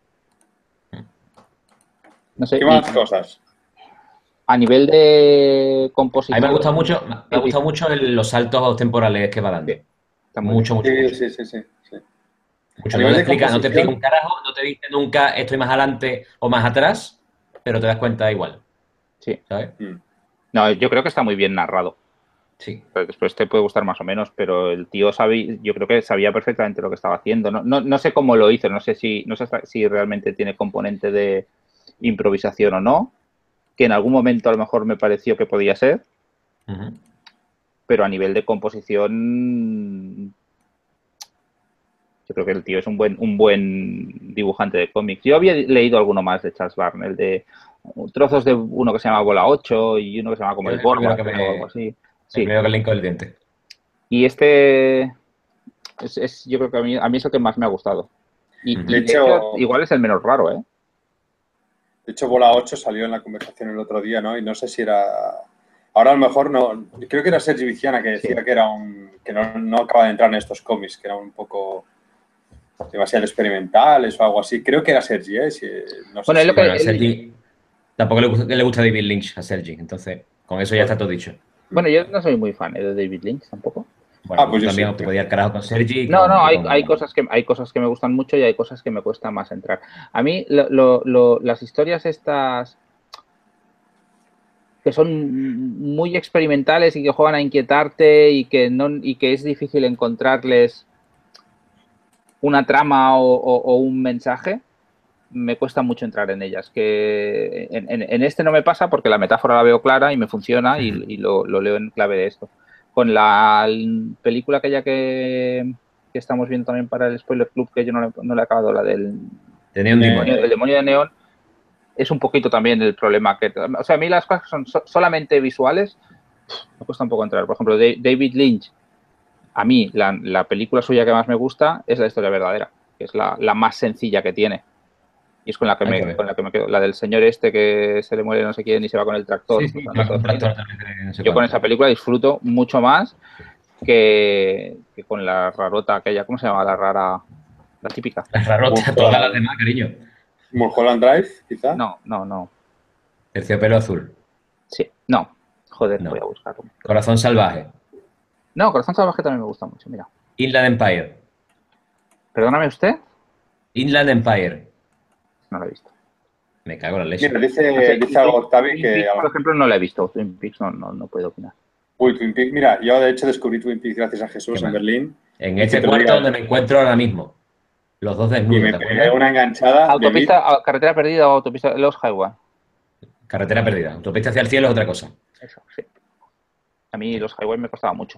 No sé, ¿qué más y, cosas? A nivel de composición... A mí me gusta mucho, me gusta mucho el, los saltos temporales que va dando. Mucho, mucho, sí, mucho. Sí, sí, sí. sí. Mucho. No, te explica, no te explica un carajo, no te dice nunca estoy más adelante o más atrás. pero te das cuenta igual. Sí. ¿Sabes? No, yo creo que está muy bien narrado. Sí. Después te puede gustar más o menos, pero el tío sabía, yo creo que sabía perfectamente lo que estaba haciendo. No, no, no sé cómo lo hizo, no sé si, no sé si realmente tiene componente de improvisación o no, que en algún momento a lo mejor me pareció que podía ser, Uh-huh. pero a nivel de composición yo creo que el tío es un buen, un buen dibujante de cómics. Yo había leído alguno más de Charles Barnes, el de trozos de uno que se llama Bola ocho y uno que se llama como Es el el primero Borba que o me, algo así. el Sí. primero que le hinco el diente. Y este es, es, yo creo que a mí, a mí es el que más me ha gustado. Y, Uh-huh. y de De hecho, hecho, igual es el menos raro, ¿eh? De hecho, Bola ocho salió en la conversación el otro día, ¿no? Y no sé si era... Ahora a lo mejor no... Creo que era Sergi Viciana que decía Sí. que era un... que no, no acaba de entrar en estos cómics, que era un poco demasiado experimentales o algo así. Creo que era Sergi, ¿eh? Si, no sé Bueno, es si... lo que Bueno, a él- Sergi tampoco le gusta, le gusta David Lynch a Sergi, entonces con eso ya Pues, está todo dicho. bueno, yo no soy muy fan ¿eh? de David Lynch tampoco. Bueno, ah, pues pues tú yo sí. también te podías al carajo con Sergi y No, con, no, y hay, con... hay cosas que hay cosas que me gustan mucho y hay cosas que me cuesta más entrar. A mí lo, lo, lo, las historias estas que son muy experimentales y que juegan a inquietarte y que no y que es difícil encontrarles una trama o, o, o un mensaje, me cuesta mucho entrar en ellas. Que en, en, en, este no me pasa porque la metáfora la veo clara y me funciona y, y lo, lo, leo en clave de esto. Con la película aquella que, que estamos viendo también para el Spoiler Club, que yo no le, no le he acabado, la del Tenía un demonio. El demonio de Neón, es un poquito también el problema. que O sea, a mí las cosas que son so, solamente visuales me cuesta un poco entrar. Por ejemplo, de, David Lynch, a mí la, la película suya que más me gusta es La historia verdadera, que es la, la más sencilla que tiene. Y es con la que, me, que con la que me quedo. La del señor este que se le muere no sé quién y se va con el tractor. Sí, sí, va con un tractor también, no sé Yo con cuánto. esa película disfruto mucho más que, que con la rarota aquella. ¿Cómo se llama la rara? La típica. La rarota, todas las demás, cariño. Mulholland Drive, quizá. No, no, no. Terciopelo azul. Sí, no. Joder, No. voy a buscarlo. Corazón salvaje. No, Corazón salvaje también me gusta mucho, mira. Inland Empire. ¿Perdóname usted? Inland Empire. No lo he visto. Me cago en la leche. Mira, dice, No sé, dice algo Octavi Twin que... Peaks, por ejemplo, no la he visto. Twin Peaks no, no, no puedo opinar. Uy, Twin Peaks, mira, yo de hecho descubrí Twin Peaks gracias a Jesús en Berlín. En este cuarto donde me encuentro ahora mismo. Los dos desnudos, y me ¿te pegué acuerdas? una enganchada. Autopista, de carretera perdida o autopista Los Highway. Carretera perdida. Autopista hacia el cielo es otra cosa. Eso, sí. A mí Los Highway me costaba mucho.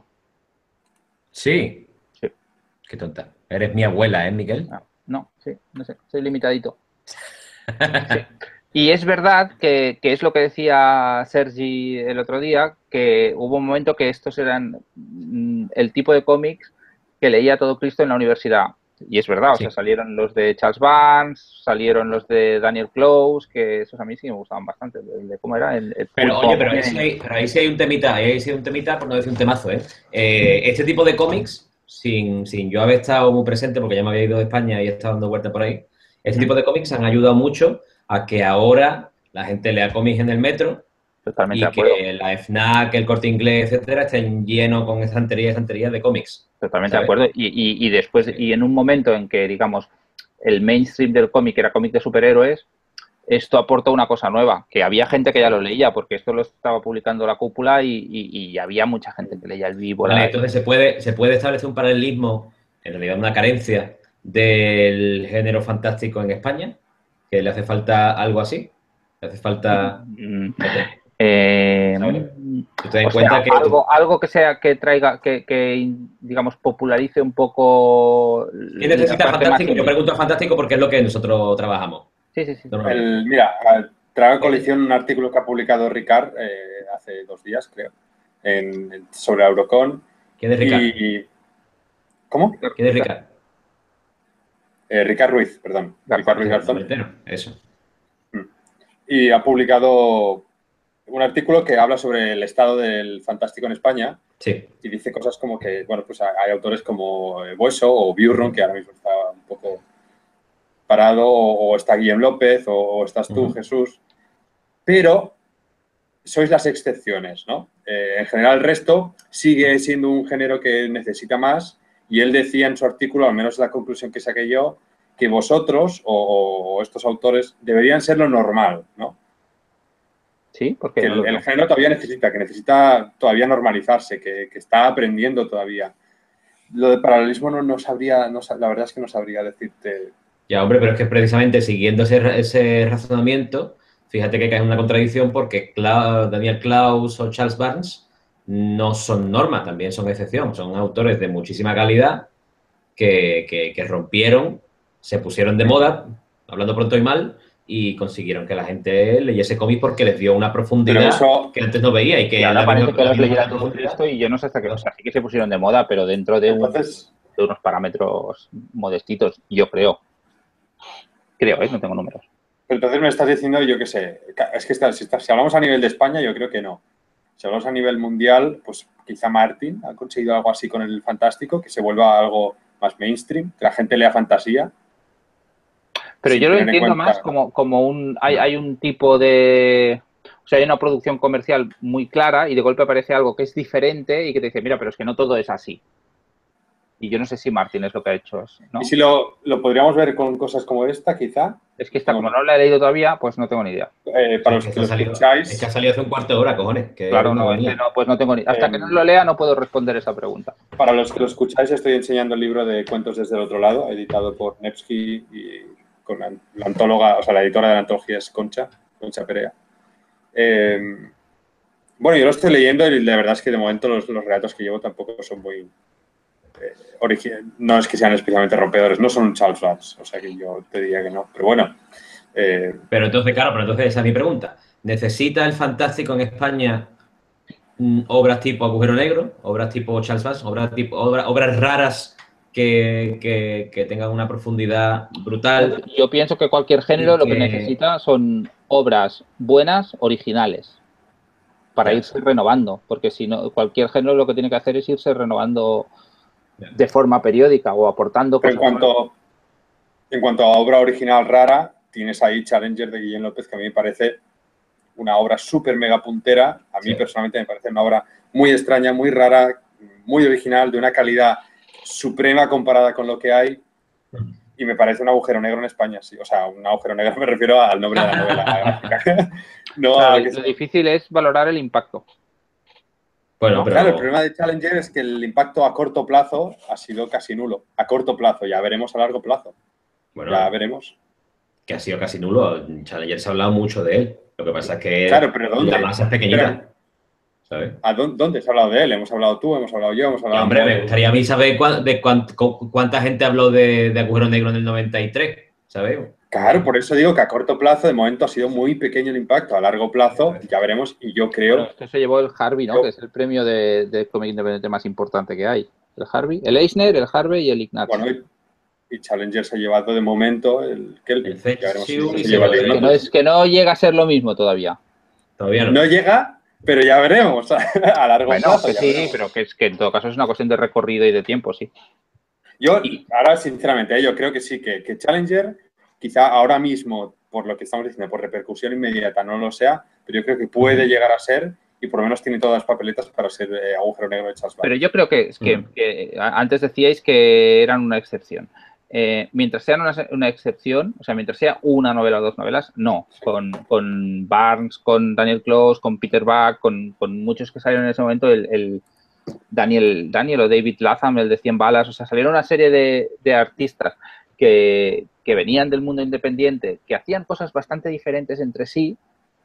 Sí. Sí. Qué tonta. Eres mi abuela, ¿eh, Miguel? No, no sí, no sé. Soy limitadito. Sí. Y es verdad que, que es lo que decía Sergi el otro día, que hubo un momento que estos eran mm, el tipo de cómics que leía todo Cristo en la universidad. Y es verdad, o Sí. sea, salieron los de Charles Barnes, salieron los de Daniel Close, que esos a mí sí me gustaban bastante. El de, ¿cómo era? El, el Pero Pulpo oye, pero ahí, Money. sí hay, pero ahí sí hay un temita, ahí sí hay un temita, por no decir un temazo, ¿eh? eh este tipo de cómics, sin, sin yo haber estado muy presente, porque ya me había ido de España y he estado dando vuelta por ahí, este tipo de cómics han ayudado mucho a que ahora la gente lea cómics en el metro. Totalmente y de acuerdo. que la FNAC, el Corte Inglés, etcétera, estén llenos con estanterías y estanterías de cómics. Totalmente ¿sabes? de acuerdo. Y, y, y después, Sí. y en un momento en que, digamos, el mainstream del cómic era cómic de superhéroes, esto aporta una cosa nueva, que había gente que ya lo leía, porque esto lo estaba publicando la Cúpula y, y, y había mucha gente que leía el Víbora. Vale, entonces se puede, se puede establecer un paralelismo, en realidad una carencia, del género fantástico en España, que le hace falta algo así, le hace falta... Mm, eh, Tú te das o cuenta sea, que algo, tú... algo que sea que traiga, que, que digamos popularice un poco. ¿Qué necesita la parte fantástico? más... Yo pregunto a fantástico porque es lo que nosotros trabajamos. Sí, sí, sí. El, mira, traigo a colisión un artículo que ha publicado Ricard eh, hace dos días, creo, en, sobre Eurocon. ¿Quién es Ricard? Y, ¿Cómo? ¿Quién es Ricard? Eh, Ricard Ruiz, perdón. Ricard Ruiz Garzón. Eso. Y ha publicado un artículo que habla sobre el estado del fantástico en España. Sí. Y dice cosas como que, bueno, pues hay autores como Bueso o Biurron, que ahora mismo está un poco parado, o, o está Guillem López, o, o estás tú, uh-huh. Jesús. Pero sois las excepciones, ¿no? Eh, en general, el resto sigue siendo un género que necesita más. Y él decía en su artículo, al menos la conclusión que saqué yo, que vosotros o, o estos autores deberían ser lo normal, ¿no? ¿Sí? Porque que no el, lo el veo. género todavía necesita, que necesita todavía normalizarse, que, que está aprendiendo todavía. Lo de paralelismo no, no sabría, no, la verdad es que no sabría decirte. Ya, hombre, pero es que precisamente siguiendo ese, ese razonamiento, fíjate que cae en una contradicción porque Cla- Daniel Klaus o Charles Barnes no son norma, también son excepción. Son autores de muchísima calidad que, que, que rompieron, se pusieron de moda, hablando pronto y mal, y consiguieron que la gente leyese cómics porque les dio una Pero profundidad eso, que antes no veía y Y que ahora la misma, parece que la los misma leyera todo profundidad. Cristo y yo no sé hasta qué. O sea, sí que se pusieron de moda, pero dentro de, un, entonces, de unos parámetros modestitos, yo creo. Creo, ¿eh? No tengo números. pero entonces me estás diciendo, yo qué sé, es que está, si, está, si hablamos a nivel de España, yo creo que no. Si hablamos a nivel mundial, pues quizá Martin ha conseguido algo así con el Fantástico, que se vuelva algo más mainstream, que la gente lea fantasía. Pero Sin yo lo tener en entiendo cuenta, más como, como un... Hay, hay un tipo de... O sea, hay una producción comercial muy clara y de golpe aparece algo que es diferente y que te dice, mira, pero es que no todo es así. Y yo no sé si Martin es lo que ha hecho, ¿no? Y si lo, lo podríamos ver con cosas como esta, quizá. Es que esta, como no la he leído todavía, pues no tengo ni idea. Eh, para Es los que, que ha lo salido, escucháis, es que ha salido hace un cuarto de hora, cojones, que hoy Claro, no no, es que venía. no, pues no tengo ni... Hasta eh, que no lo lea no puedo responder esa pregunta. para los que lo escucháis, estoy enseñando el libro de Cuentos desde el otro lado, editado por Nevsky y con la, la antóloga, o sea, la editora de la antología es Concha, Concha Perea. Eh, bueno, yo lo estoy leyendo y la verdad es que de momento los, los relatos que llevo tampoco son muy... Eh, originales, no es que sean especialmente rompedores, no son un Charles Vance, o sea que yo te diría que no, pero bueno. Eh, Pero entonces, claro, pero entonces esa es mi pregunta. ¿Necesita el Fantástico en España mm, obras tipo Agujero Negro, obras tipo Charles Vance, obras, tipo, obra, obras raras que, que, que tengan una profundidad brutal? Yo pienso que cualquier género Y lo que que... necesita son obras buenas, originales, para Ya. irse renovando, porque si no, cualquier género lo que tiene que hacer es irse renovando Ya. de forma periódica o aportando pero en cosas nuevas. cuanto, en cuanto a obra original rara, tienes ahí Challenger de Guillén López, que a mí me parece una obra súper mega puntera. A mí Sí. personalmente me parece una obra muy extraña, muy rara, muy original, de una calidad suprema comparada con lo que hay. Y me parece un agujero negro en España, sí. O sea, un agujero negro me refiero al nombre de la novela gráfica. No Claro, a lo, que lo difícil es valorar el impacto. Bueno, ¿no? pero... Claro, el problema de Challenger es que el impacto a corto plazo ha sido casi nulo. A corto plazo, ya veremos a largo plazo. Bueno, Ya veremos. que ha sido casi nulo. Challenger se ha hablado mucho de él. Lo que pasa es que Claro, pero ¿dónde? la masa es pequeñita. Pero, ¿sabes? ¿a dónde, dónde se ha hablado de él? Hemos hablado tú, hemos hablado yo, hemos Y hablado... hombre, me de- gustaría a mí saber cuán- de cuán- cu- cuánta gente habló de, de Agujero Negro en el noventa y tres, ¿sabes? Claro, por eso digo que a corto plazo, de momento, ha sido muy pequeño el impacto. A largo plazo, ya veremos. Y yo creo... Bueno, esto se llevó el Harvey, ¿no? yo- Que es el premio de, de cómic independiente más importante que hay. El Harvey, el Eisner, el Harvey y el Ignatz. Bueno, y, y Challenger se ha llevado de momento el Kelvin. El Fetch Ya veremos si Shoe, se Sí, lleva pero el que Ignatz. no, es, que no llega a ser lo mismo todavía. Todavía no. No llega, pero ya veremos. A largo Bueno, plazo. que ya sí, veremos. pero que es que en todo caso es una cuestión de recorrido y de tiempo, sí. Yo, ahora, sinceramente, ¿eh? yo creo que sí, que, que Challenger, quizá ahora mismo, por lo que estamos diciendo, por repercusión inmediata, no lo sea, pero yo creo que puede llegar a ser, y por lo menos tiene todas las papeletas para ser eh, agujero negro de Charles Vance. Pero yo creo que, es que, Mm. que antes decíais que eran una excepción. Eh, mientras sean una, una excepción, o sea, mientras sea una novela o dos novelas, no. Con, con Barnes, con Daniel Close, con Peter Buck, con, con muchos que salieron en ese momento, el, el Daniel, Daniel o David Latham, el de cien balas, o sea, salieron una serie de, de artistas que, que venían del mundo independiente, que hacían cosas bastante diferentes entre sí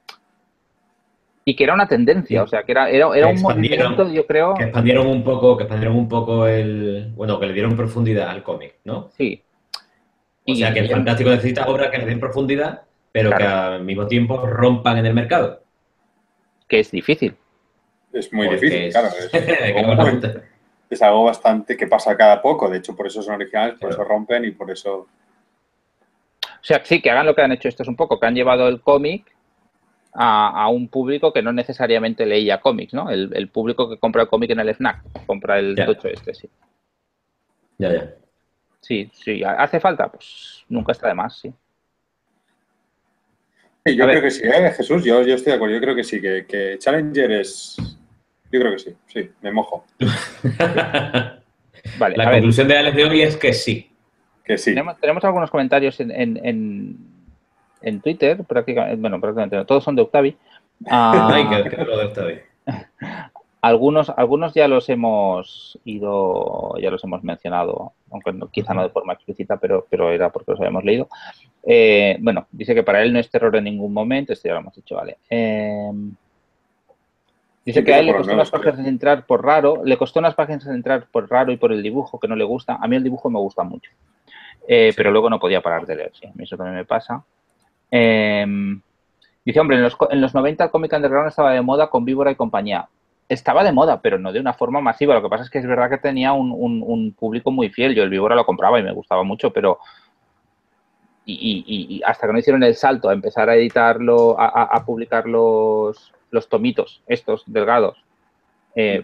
y que era una tendencia, Sí. o sea, que era, era, era Que un expandieron- movimiento, yo creo... Que expandieron un poco, que expandieron un poco el... Bueno, que le dieron profundidad al cómic, ¿no? Sí. O sea, que el Y- Fantástico necesita obras que le den profundidad, pero Claro. que al mismo tiempo rompan en el mercado. que es difícil. Es muy Porque difícil, es- claro. Es, que algo no muy- gusta. es algo bastante que pasa cada poco. De hecho, por eso son originales, por Claro. eso rompen y por eso... O sea, sí, que hagan lo que han hecho estos un poco, que han llevado el cómic a, a un público que no necesariamente leía cómics, ¿no? El, el público que compra el cómic en el FNAC, compra el Ya. tocho este, sí. Ya, ya. Sí, sí. ¿Hace falta? Pues nunca está de más, sí. Sí, yo A creo ver. que sí, ¿eh, Jesús? Yo, yo estoy de acuerdo. Yo creo que sí, que, que Challenger es... Yo creo que sí, sí, me mojo. Vale, La a ver. conclusión de Alex de hoy es que sí. Que sí. Tenemos, tenemos algunos comentarios en, en, en, en Twitter, prácticamente, bueno, prácticamente no, todos son de Octavi. Ah, Ay, que, que lo de esta vez. algunos, algunos ya los hemos ido, ya los hemos mencionado, aunque no, quizá no de forma explícita, pero, pero era porque los habíamos leído. Eh, bueno, dice que para él no es terror en ningún momento, esto ya lo hemos dicho, vale. Eh, Sí, dice que a empieza él le por los costó unas nuevos, creo. páginas entrar por raro, le costó unas páginas entrar por raro y por el dibujo, que no le gusta. A mí el dibujo me gusta mucho, eh, Sí. pero luego no podía parar de leer, sí, a mí eso también me pasa. Eh, dice, hombre, en los, co- en los noventa el cómic underground estaba de moda con Víbora y compañía. Estaba de moda, pero no de una forma masiva. Lo que pasa es que es verdad que tenía un, un- un público muy fiel. Yo el Víbora lo compraba y me gustaba mucho, pero y, y- y hasta que no hicieron el salto a empezar a editarlo, a, a- a publicar los, los tomitos, estos delgados, eh,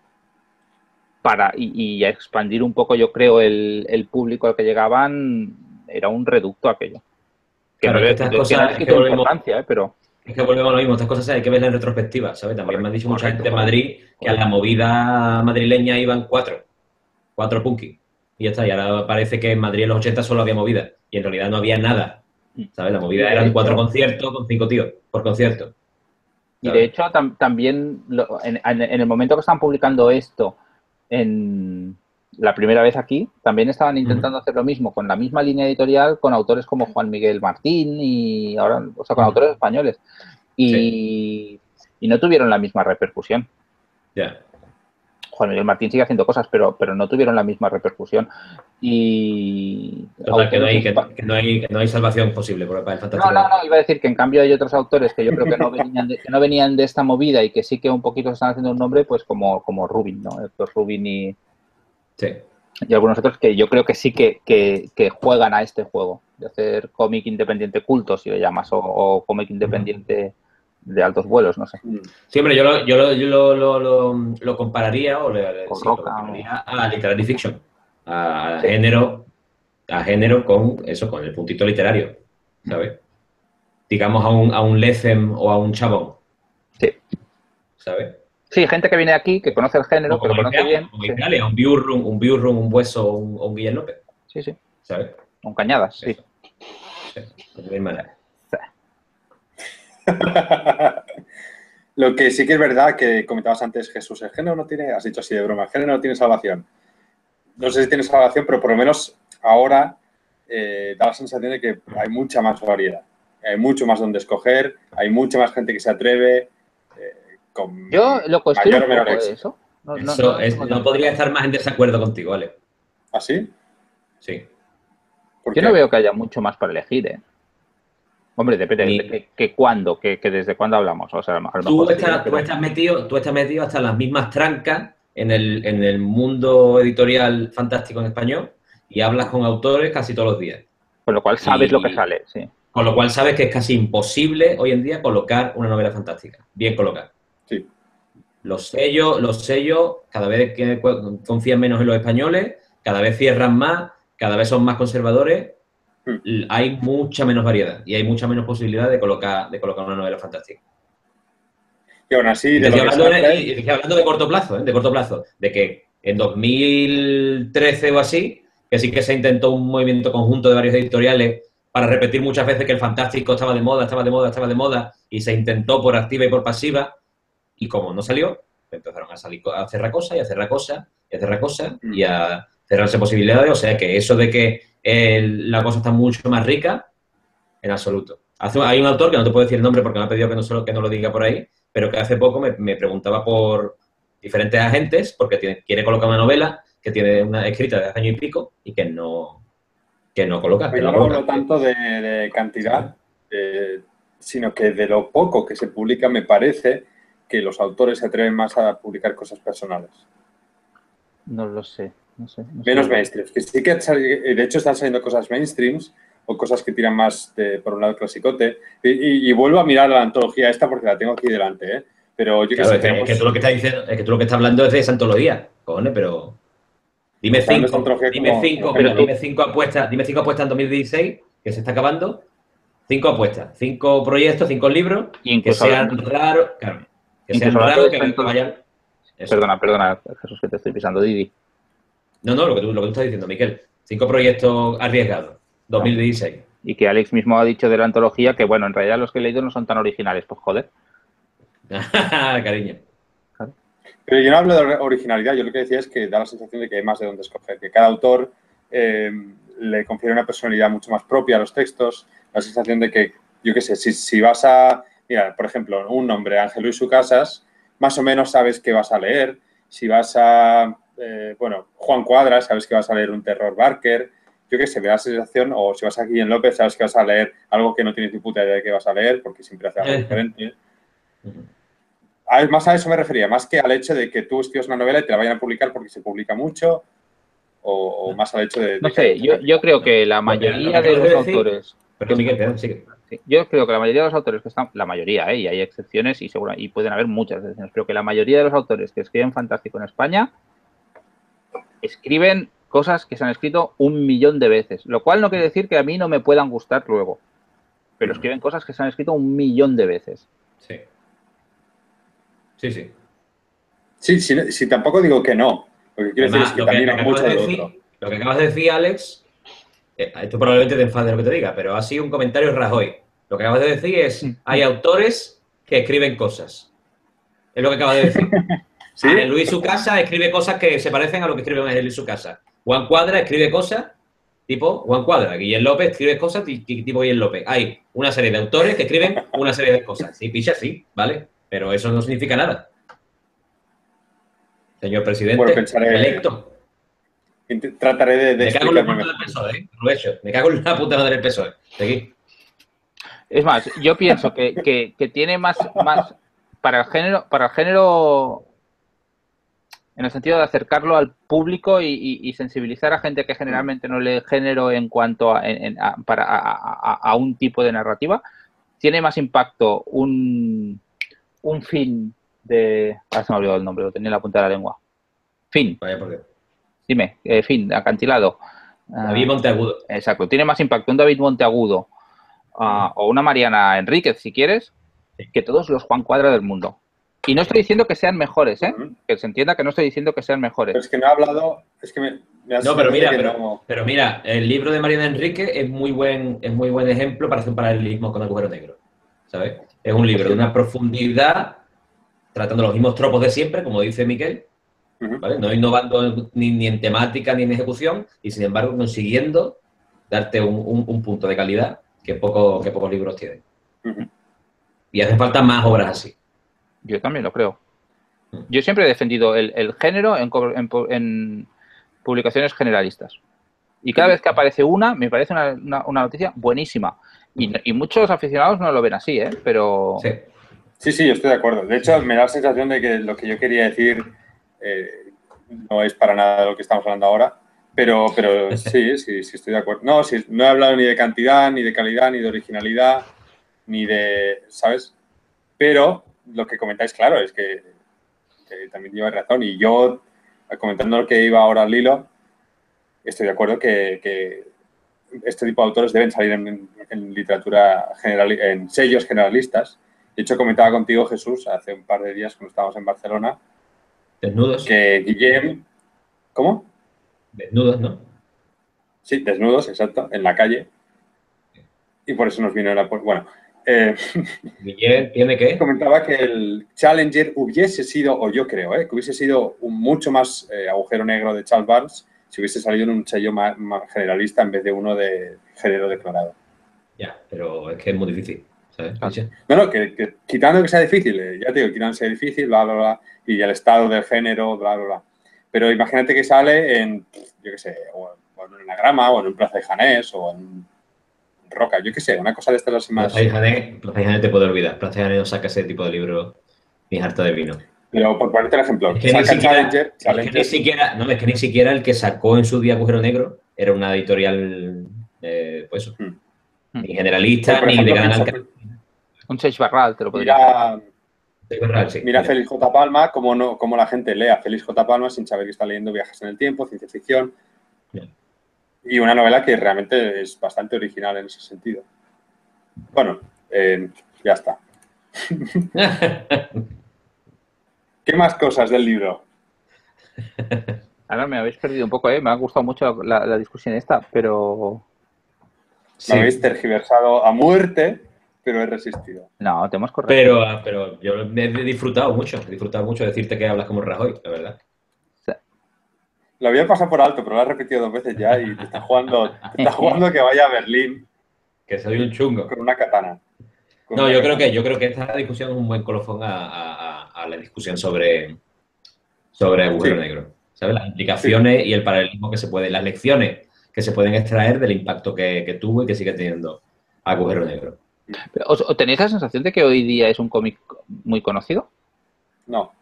para y, y a expandir un poco, yo creo, el, el público al que llegaban, era un reducto aquello. Que no Claro, es que le, estas que no cosas, le es que quito volvemos, importancia, ¿eh? Pero es que volvemos a lo mismo, estas cosas hay que verlas en retrospectiva, ¿sabes? También me han correcto, dicho mucha correcto, gente en correcto, Madrid que a la correcto. movida madrileña iban cuatro, cuatro punkis. Y ya está, y ahora parece que en Madrid en los ochenta solo había movida. Y en realidad no había nada, ¿sabes? La Y movida de eran cuatro hecho, conciertos con cinco tíos por concierto, y de ¿sabes? hecho tam, también lo, en, en, el momento que están publicando esto en la primera vez aquí, también estaban Uh -huh. intentando hacer lo mismo con la misma línea editorial con autores como Juan Miguel Martín y ahora, o sea, con Uh -huh. autores españoles. Sí, Y, y no tuvieron la misma repercusión. ya. Yeah. Juan Miguel Martín sigue haciendo cosas, pero, pero no tuvieron la misma repercusión. Y Total, que no, autores hay, que, espa- que, no hay, que no hay salvación posible para el No, fantástico. no, no, iba a decir que en cambio hay otros autores que yo creo que no venían de, que no venían de esta movida y que sí que un poquito están haciendo un nombre, pues como, como Rubin, ¿no? Héctor Rubin y, Sí. y algunos otros que yo creo que sí que, que, que juegan a este juego, de hacer cómic independiente culto, si le llamas, o, o cómic independiente de altos vuelos, no sé. Sí, hombre, yo lo, yo lo, yo lo, lo, lo, lo compararía, o le, O sí, lo Roca. compararía O... a literary fiction, a, a Sí. género, a género con eso, con el puntito literario, ¿sabes? Digamos a un, a un Lethem o a un Chabón, Sí. ¿sabes? Sí, gente que viene aquí, que conoce el género, O que lo como dice conoce Ale, bien. como Sí, dice Ale, a un Biurrum, un Biurrum, un Bueso o un, o un Guillén López, sí, sí. ¿sabes? Con Cañadas, sí. Eso. Sí, de la misma manera. Sí. Lo que sí que es verdad que comentabas antes, Jesús, el género no tiene, has dicho así de broma, el género no tiene salvación. No sé si tiene salvación, pero por lo menos ahora eh, da la sensación de que hay mucha más variedad. Hay mucho más donde escoger, hay mucha más gente que se atreve, eh, con Yo lo cuestiono mayor o un menor poco de éxito. eso. No, no, no Eso lo es, tengo no tan podría claro. estar más en desacuerdo contigo, ¿vale? ¿Así? Sí. ¿Por Yo no qué? veo que haya mucho más para elegir, ¿eh? Hombre, depende de Ni, que, que cuándo, que, que desde cuándo hablamos. O sea, a lo Tú mejor sí, estás, tú pero... estás metido, tú estás metido hasta las mismas trancas en el, en el mundo editorial fantástico en español y hablas con autores casi todos los días. Con lo cual sabes lo que Y sale, sí. con lo cual sabes que es casi imposible hoy en día colocar una novela fantástica, bien colocada. Sí. Los sellos, los sellos cada vez que confían menos en los españoles, cada vez cierran más, cada vez son más conservadores, Hmm. hay mucha menos variedad y hay mucha menos posibilidad de colocar, de colocar una novela fantástica. Y aún así, Y te de lo estoy que se hablando de, atrae... y te estoy hablando de corto plazo, ¿eh? De corto plazo. De que en dos mil trece o así, que sí que se intentó un movimiento conjunto de varios editoriales para repetir muchas veces que el fantástico estaba de moda, estaba de moda, estaba de moda, y se intentó por activa y por pasiva, y como no salió, empezaron a salir a cerrar cosas y a cerrar cosas y a cerrar cosas Hmm. y a cerrarse posibilidades. O sea que eso de que el, la cosa está mucho más rica, en absoluto. Hace, hay un autor que no te puedo decir el nombre porque me ha pedido que no, solo, que no lo diga por ahí, pero que hace poco me, me preguntaba por diferentes agentes porque tiene, quiere colocar una novela que tiene una escrita de hace año y pico y que no, que no coloca. Que Yo no no coloca. hablo tanto de, de cantidad, eh, sino que de lo poco que se publica me parece que los autores se atreven más a publicar cosas personales. No lo sé. No sé, no Menos sé. mainstreams. Que sí que, de hecho, están saliendo cosas mainstreams o cosas que tiran más de, por un lado, clasicote. Y, y, y vuelvo a mirar la antología esta porque la tengo aquí delante, ¿eh? Pero yo Claro, qué sé, es, que, tenemos... es que tú lo que estás diciendo, es que tú lo que estás hablando es de santología, cojones, pero dime Usando esta cinco, antología dime como, cinco, como pero ejemplo, dime cinco apuestas, dime cinco apuestas en dos mil dieciséis, que se está acabando, cinco apuestas, cinco proyectos, cinco libros, Y que incluso sean hablando, raros, claro, que sean incluso hablando de raros, esta que, que antología. vayan. Eso. Perdona, perdona, Jesús, que te estoy pisando, Didi. No, no, lo que tú, lo que tú estás diciendo, Miquel. Cinco proyectos arriesgados, dos mil dieciséis. Y que Alex mismo ha dicho de la antología que, bueno, en realidad los que he leído no son tan originales, pues joder. Cariño. Pero yo no hablo de originalidad, yo lo que decía es que da la sensación de que hay más de dónde escoger, que cada autor eh, le confiere una personalidad mucho más propia a los textos, la sensación de que, yo qué sé, si, si vas a, mira, por ejemplo, un nombre, Ángel Luis Sucasas, más o menos sabes qué vas a leer, si vas a, eh, bueno, Juan Cuadra, sabes que vas a leer un Terror Barker, yo qué sé, me da la sensación, o si vas a Guillén López, sabes que vas a leer algo que no tienes ni puta idea de qué vas a leer, porque siempre hace algo diferente. Más a eso me refería, más que al hecho de que tú escribas una novela y te la vayan a publicar porque se publica mucho, o, o más al hecho de... de no sé, yo, yo creo que la mayoría de los autores... Pero Miguel, perdón, sigue. Sí, yo creo que la mayoría de los autores que están... La mayoría, ¿eh? Y hay excepciones y, seguro, y pueden haber muchas excepciones, pero que la mayoría de los autores que escriben fantástico en España escriben cosas que se han escrito un millón de veces, lo cual no quiere decir que a mí no me puedan gustar luego, pero escriben cosas que se han escrito un millón de veces. Sí. Sí, sí. Sí, sí, sí, tampoco digo que no. Lo que quiero Además, decir es que lo también que, hay mucho de de decir, otro. Lo que acabas de decir, Alex, eh, esto probablemente te enfade lo que te diga, pero ha sido un comentario Rajoy. Lo que acabas de decir es, hay autores que escriben cosas. Es lo que acabas de decir. ¿Sí? Ángel Luis Sucasa escribe cosas que se parecen a lo que escribe Ángel Luis Sucasa. Juan Cuadra escribe cosas tipo Juan Cuadra. Guillén López escribe cosas tipo Guillén López. Hay una serie de autores que escriben una serie de cosas. Sí, picha, sí, ¿vale? Pero eso no significa nada. Señor presidente, bueno, pensaré, electo. Trataré de, de Me cago en la explicarme puta del mejor. P S O E, ¿eh? Aprovecho. Me cago en la puta madre del P S O E. De aquí. Es más, yo pienso que, que, que tiene más, más para el género, para el género, en el sentido de acercarlo al público y, y, y sensibilizar a gente que generalmente no lee género en cuanto a, en, a, para, a, a, a un tipo de narrativa, tiene más impacto un, un fin de... Ah, se me ha olvidado el nombre, lo tenía en la punta de la lengua. Fin. Vaya por qué. Dime, eh, fin, acantilado. David Monteagudo. Uh, exacto, tiene más impacto un David Monteagudo uh, o una Mariana Enríquez, si quieres, sí, que todos los Juan Cuadra del mundo. Y no estoy diciendo que sean mejores, ¿eh? Uh-huh. Que se entienda que no estoy diciendo que sean mejores. Pero es que no he hablado, es que me, me No, pero mira, pero, no... pero mira, el libro de Mariana Enríquez es muy buen, es muy buen ejemplo para hacer un paralelismo con Agujero Negro, ¿sabes? Es un libro de una profundidad, tratando los mismos tropos de siempre, como dice Miquel, ¿vale? No innovando ni, ni en temática ni en ejecución, y sin embargo consiguiendo darte un, un, un punto de calidad que, poco, que pocos libros tienen. Uh-huh. Y hace falta más obras así. Yo también lo creo. Yo siempre he defendido el, el género en, en, en publicaciones generalistas. Y cada vez que aparece una, me parece una, una, una noticia buenísima. Y, y muchos aficionados no lo ven así, ¿eh? Pero... Sí. sí, sí, yo estoy de acuerdo. De hecho, me da la sensación de que lo que yo quería decir eh, no es para nada lo que estamos hablando ahora. Pero, pero sí, sí, sí estoy de acuerdo. No, sí, no he hablado ni de cantidad, ni de calidad, ni de originalidad, ni de... ¿sabes? Pero lo que comentáis, claro, es que, que también lleva razón. Y yo, comentando lo que iba ahora al hilo, estoy de acuerdo que, que este tipo de autores deben salir en, en literatura general, en sellos generalistas. De hecho, comentaba contigo, Jesús, hace un par de días cuando estábamos en Barcelona. Desnudos. Que Guillem... ¿Cómo? Desnudos, ¿no? Sí, desnudos, exacto, en la calle. Y por eso nos vino la... Bueno... Eh, Guillem tiene que... Comentaba que el Challenger hubiese sido, o yo creo, eh, que hubiese sido un mucho más eh, agujero negro de Charles Barnes si hubiese salido en un sello más, más generalista en vez de uno de género declarado. Ya, pero es que es muy difícil, ¿sabes? Claro. No, no, que, que quitando que sea difícil, eh, ya te digo, quitando que sea difícil, bla, bla, bla, y el estado del género, bla, bla, bla. Pero imagínate que sale en, yo qué sé, o en un anagrama, o en un Plaza de Janés, o en Roca, yo qué sé, una cosa de estas así más... Plaza de Janés, Plaza de Janés te puedo olvidar. Plaza de Janés no saca ese tipo de libro ni harta de vino. Pero por ponerte el ejemplo, es que, ni siquiera, Challenger, Challenger. Es que ni siquiera, no, es que ni siquiera el que sacó en su día Agujero Negro era una editorial, eh, pues eso, mm. ni generalista, pero, ni ejemplo, de gran alcance. Un Seix Barral, te lo podría Mira, Barral, sí, mira a Félix J. Palma, cómo no, cómo la gente lee a Félix J. Palma sin saber que está leyendo Viajes en el Tiempo, ciencia ficción. Yeah. Y una novela que realmente es bastante original en ese sentido. Bueno, eh, ya está. ¿Qué más cosas del libro? Ahora me habéis perdido un poco, ¿eh? Me ha gustado mucho la, la, la discusión esta, pero... Sí. Me habéis tergiversado a muerte. pero he resistido. No, te hemos corregido. Pero, pero yo me he disfrutado mucho, he disfrutado mucho de decirte que hablas como Rajoy, la verdad. Lo había pasado por alto, pero lo has repetido dos veces ya y te está jugando, te está jugando que vaya a Berlín. Que soy un chungo. Con una katana. Con no, una yo katana. creo que yo creo que esta discusión es un buen colofón a, a, a la discusión sobre, sobre agujero sí. negro. ¿Sabes? Las implicaciones sí. y el paralelismo que se puede, las lecciones que se pueden extraer del impacto que, que tuvo y que sigue teniendo agujero negro. ¿Os tenéis la sensación de que hoy día es un cómic muy conocido? No.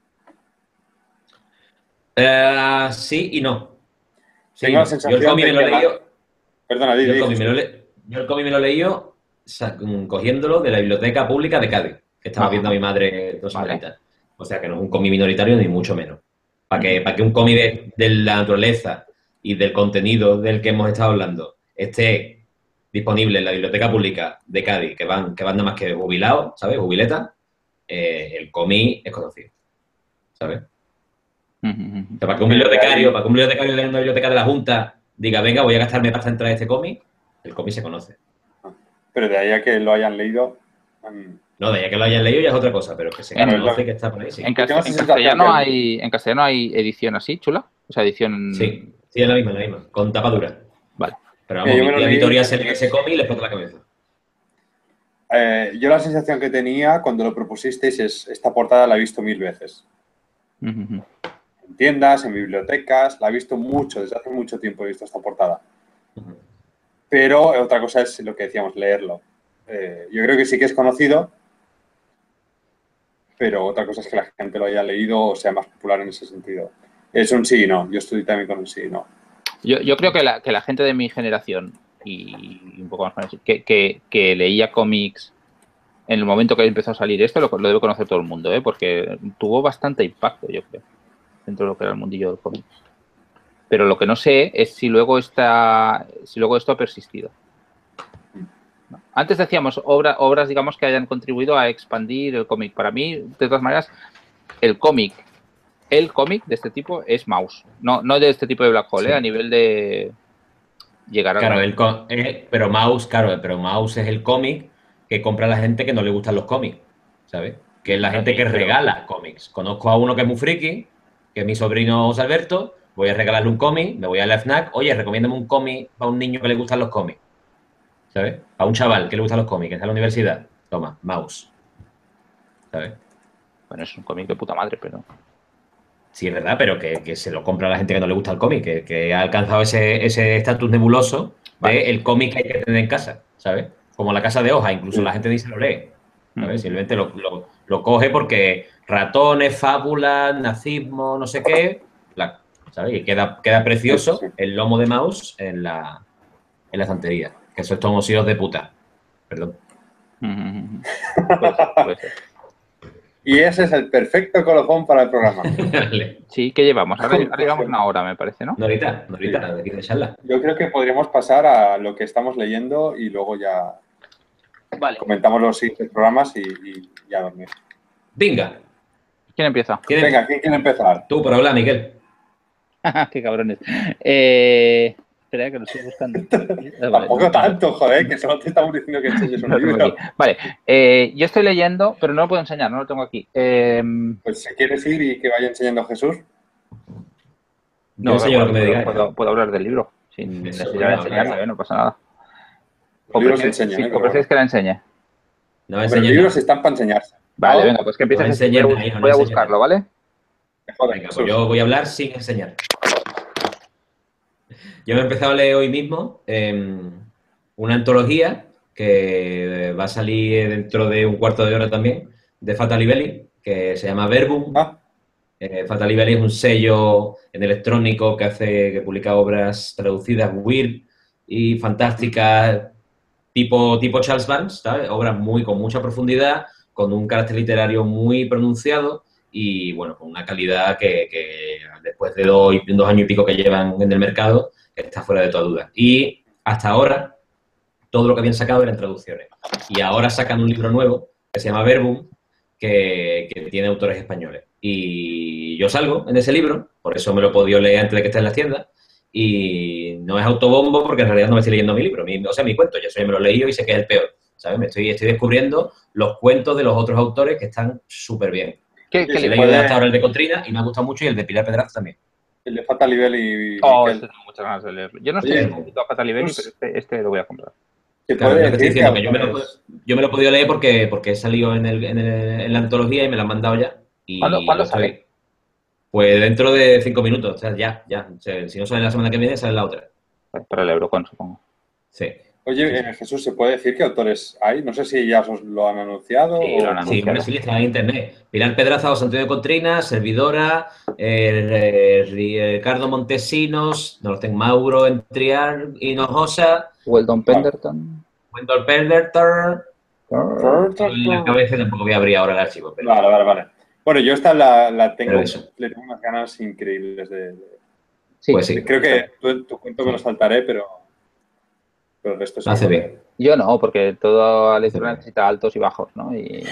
Uh, sí y no. Sí, Tengo la sensación yo el cómic me lo he leído. La... Perdona, di, yo, el di, cómic me lo le... yo el cómic me lo he leído cogiéndolo de la Biblioteca Pública de Cádiz, que estaba ah, viendo a mi madre dos semanitas. Vale. O sea que no es un cómic minoritario ni mucho menos. Para que, para que un cómic de, de la naturaleza y del contenido del que hemos estado hablando esté disponible en la Biblioteca Pública de Cádiz, que van, que van nada más que jubilados, ¿sabes? Jubiletas, eh, el cómic es conocido, ¿sabes? O sea, para que un bibliotecario, para que un bibliotecario de una biblioteca de la Junta diga, venga, voy a gastarme pasta en traer este cómic, el cómic se conoce. Pero de ahí a que lo hayan leído... Um... No, de ahí a que lo hayan leído ya es otra cosa, pero que se conoce lo... que está por ahí, sí. En, cast en, castellano hay, en castellano hay edición así, chula, o sea, edición... Sí, sí, es la misma, la misma, con tapa dura. Vale. Pero vamos, eh, mi tía Victoria se lee ese cómic y le explota la cabeza. Eh, yo la sensación que tenía cuando lo propusisteis es, esta portada la he visto mil veces. Uh-huh. En tiendas, en bibliotecas, la he visto mucho, desde hace mucho tiempo he visto esta portada. Uh-huh. Pero otra cosa es lo que decíamos, leerlo. Eh, yo creo que sí que es conocido, pero otra cosa es que la gente lo haya leído o sea más popular en ese sentido. Es un sí y no, yo estoy también con un sí y no. Yo, yo creo que la, que la gente de mi generación y un poco más que, que, que leía cómics en el momento que empezó a salir esto, lo, lo debe conocer todo el mundo, ¿eh? Porque tuvo bastante impacto, yo creo, dentro de lo que era el mundillo del cómic. Pero lo que no sé es si luego, está, si luego esto ha persistido. ¿No? Antes decíamos obra, obras, digamos, que hayan contribuido a expandir el cómic. Para mí, de todas maneras, el cómic El cómic de este tipo es Maus, no, no de este tipo de Black Hole, sí. ¿eh? A nivel de llegar a... Claro, el eh, pero Maus, claro, pero Maus es el cómic que compra la gente que no le gustan los cómics, ¿sabes? Que es la gente que regala cómics. Conozco a uno que es muy friki, que es mi sobrino José Alberto, voy a regalarle un cómic, me voy a la FNAC, oye, recomiéndame un cómic para un niño que le gustan los cómics, ¿sabes? Para un chaval que le gustan los cómics, que está en la universidad, toma, Maus, ¿sabes? Bueno, es un cómic de puta madre, pero... Sí, es verdad, pero que, que se lo compra a la gente que no le gusta el cómic, que, que ha alcanzado ese estatus nebuloso vale. de el cómic que hay que tener en casa, ¿sabes? Como La Casa de Hoja, incluso sí. la gente ni se lo lee, ¿sabes? Mm. Simplemente lo, lo, lo coge porque ratones, fábulas, nazismo, no sé qué, la, ¿sabes? Y queda, queda precioso el lomo de Maus en la, en la estantería. Que eso son hijos de puta. Perdón. Mm. Puede ser, puede ser. Y ese es el perfecto colofón para el programa. Sí, ¿qué llevamos? Ahora, ahora llevamos una hora, me parece, ¿no? Una horita, una horita de charla. Yo creo que podríamos pasar a lo que estamos leyendo y luego ya vale. comentamos los siguientes programas y, y ya dormir. Venga. ¿Quién empieza? ¿Quién Venga, ¿quién quiere empezar? Tú, por hablar, Miguel. Qué cabrones. Eh... Espera, que lo estoy buscando. Vale, Tampoco no, tanto, joder, que solo te estamos diciendo que enseñes un no, libro. Vale, eh, yo estoy leyendo, pero no lo puedo enseñar, no lo tengo aquí. Eh... Pues si quieres ir y que vaya enseñando Jesús. No, enseño lo que me diga. Puedo, puedo hablar del libro, sin necesidad de enseñarlo, ¿eh? No pasa nada. Los libros se enseñan, sí, ¿eh? ¿O prefieres que la enseñe? No, pero los libros están para enseñarse. Vale, ¿no? Venga, pues que empieces no a enseñar. Voy, voy a buscarlo, ¿vale? Mejor, venga, pues yo voy a hablar sin enseñar. Yo me he empezado a leer hoy mismo eh, una antología que va a salir dentro de un cuarto de hora también, de Fata Libelli, que se llama Verbum. Ah. Eh, Fata Libelli es un sello en electrónico que hace, que publica obras traducidas weird y fantásticas, tipo, tipo Charles Vance, ¿sabes? Obras muy, con mucha profundidad, con un carácter literario muy pronunciado y, bueno, con una calidad que, que después de dos, dos años y pico que llevan en el mercado, está fuera de toda duda. Y hasta ahora, todo lo que habían sacado eran traducciones. Y ahora sacan un libro nuevo que se llama Verbum, que, que tiene autores españoles. Y yo salgo en ese libro, por eso me lo he podido leer antes de que esté en las tiendas, y no es autobombo porque en realidad no me estoy leyendo mi libro, mi, o sea, mi cuento. Yo sé, me lo he leído y sé que es el peor. ¿sabes? Me estoy, estoy descubriendo los cuentos de los otros autores que están súper bien. ¿Qué, qué He le leído puede- hasta ahora el de Cotrina y me ha gustado mucho y el de Pilar Pedraza también. El de Fatal Libel y Oh, Miquel. este tengo muchas ganas de leerlo. Yo no estoy Oye, inscrito a Fatal Libelli, pues- pero este, este lo voy a comprar. Se Claro, puede es lo que estoy decir diciendo, que yo me, lo, autores- yo me lo he podido leer porque, porque he salido en, el, en, el- en la antología y me lo han mandado ya. Y ¿Cuándo- cuándo lo estoy- sale? Pues dentro de cinco minutos, o sea, ya, ya. O sea, si no sale la semana que viene, sale la otra. Para el Eurocon, supongo. Sí. Oye, Sí, sí. eh, Jesús, ¿se puede decir qué autores hay? No sé si ya os lo han anunciado. Sí, o... lo han Sí, anunciado. hombre, sí, está en internet. Pilar Pedraza, José Antonio Cotrina, Servidora, eh, eh, Ricardo Montesinos, Norten Mauro Entriar, Hinojosa, Weldon Penderton. Wendell Pellerter. En la cabeza tampoco voy a abrir ahora el archivo. Pero... Vale, vale, vale. Bueno, yo esta la, la tengo, Pero eso. le tengo unas ganas increíbles de... de- Sí, Pues sí. Creo que tu, tu cuento me lo Sí. saltaré, pero... Pero el resto Lo hace seguro bien. yo no, porque toda lectura bien. necesita altos y bajos, ¿no? Y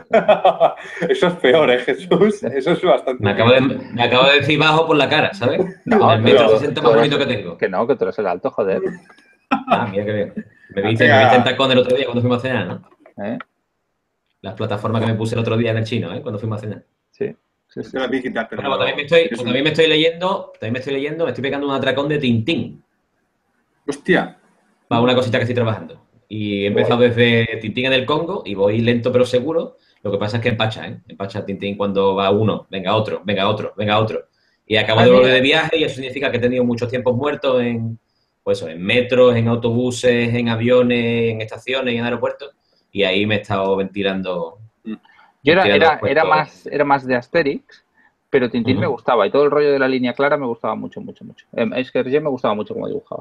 que- Eso es peor, ¿eh, Jesús? Eso es bastante Me acabo, de, peor. me acabo de decir bajo por la cara, ¿sabes? no, Con el tú- metro tú- sesenta tú más eres- bonito que tengo. Que no, que tú eres el alto, joder. Ah, mira qué bien. Me viste, Venga. me viste en tacón el otro día cuando fuimos a cenar, ¿no? ¿Eh? Las plataformas que me puse el otro día en el chino, ¿eh? Cuando fuimos a cenar. Sí. Sí, sí, Pero a sí. ti quitarte Bueno, pues también me estoy, es pues un- también me estoy leyendo, también me estoy leyendo, me estoy pegando un atracón de Tintín. Hostia. Para una cosita que estoy trabajando. Y he empezado desde Tintín en el Congo y voy lento pero seguro. Lo que pasa es que empacha, ¿eh? Empacha Tintín cuando va uno, venga otro, venga otro, venga otro. Y acabo Ah, de volver mira. de viaje y eso significa que he tenido muchos tiempos muertos en, pues eso, en metros, en autobuses, en aviones, en estaciones y en aeropuertos. Y ahí me he estado ventilando. Yo era, ventilando era, los era, cuentos. más, era más de Asterix, pero Tintín Ujú. me gustaba y todo el rollo de la línea clara me gustaba mucho, mucho, mucho. Eh, Es que Hergé me gustaba mucho como dibujaba.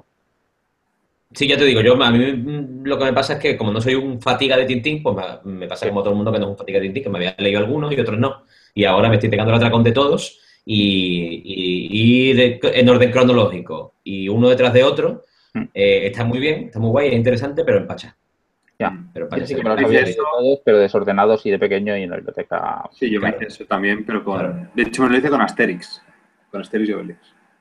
Sí, ya te digo, yo a mí mm, lo que me pasa es que como no soy un fatiga de Tintín, pues me, me pasa Sí. como todo el mundo que no es un fatiga de Tintín, que me había leído algunos y otros no. Y ahora me estoy pegando el atracón de todos y, y, y de- en orden cronológico y uno detrás de otro. Mm. Eh, está muy bien, está muy guay, es interesante, pero empacha. Ya. Pero Yo empacha. sí que se me los le- había Dice leído eso. todos, pero desordenados y de pequeño y en la biblioteca. Sí, yo Claro. me hice eso también, pero con... Claro. De hecho, me lo hice con Asterix. Con Asterix y Obelix.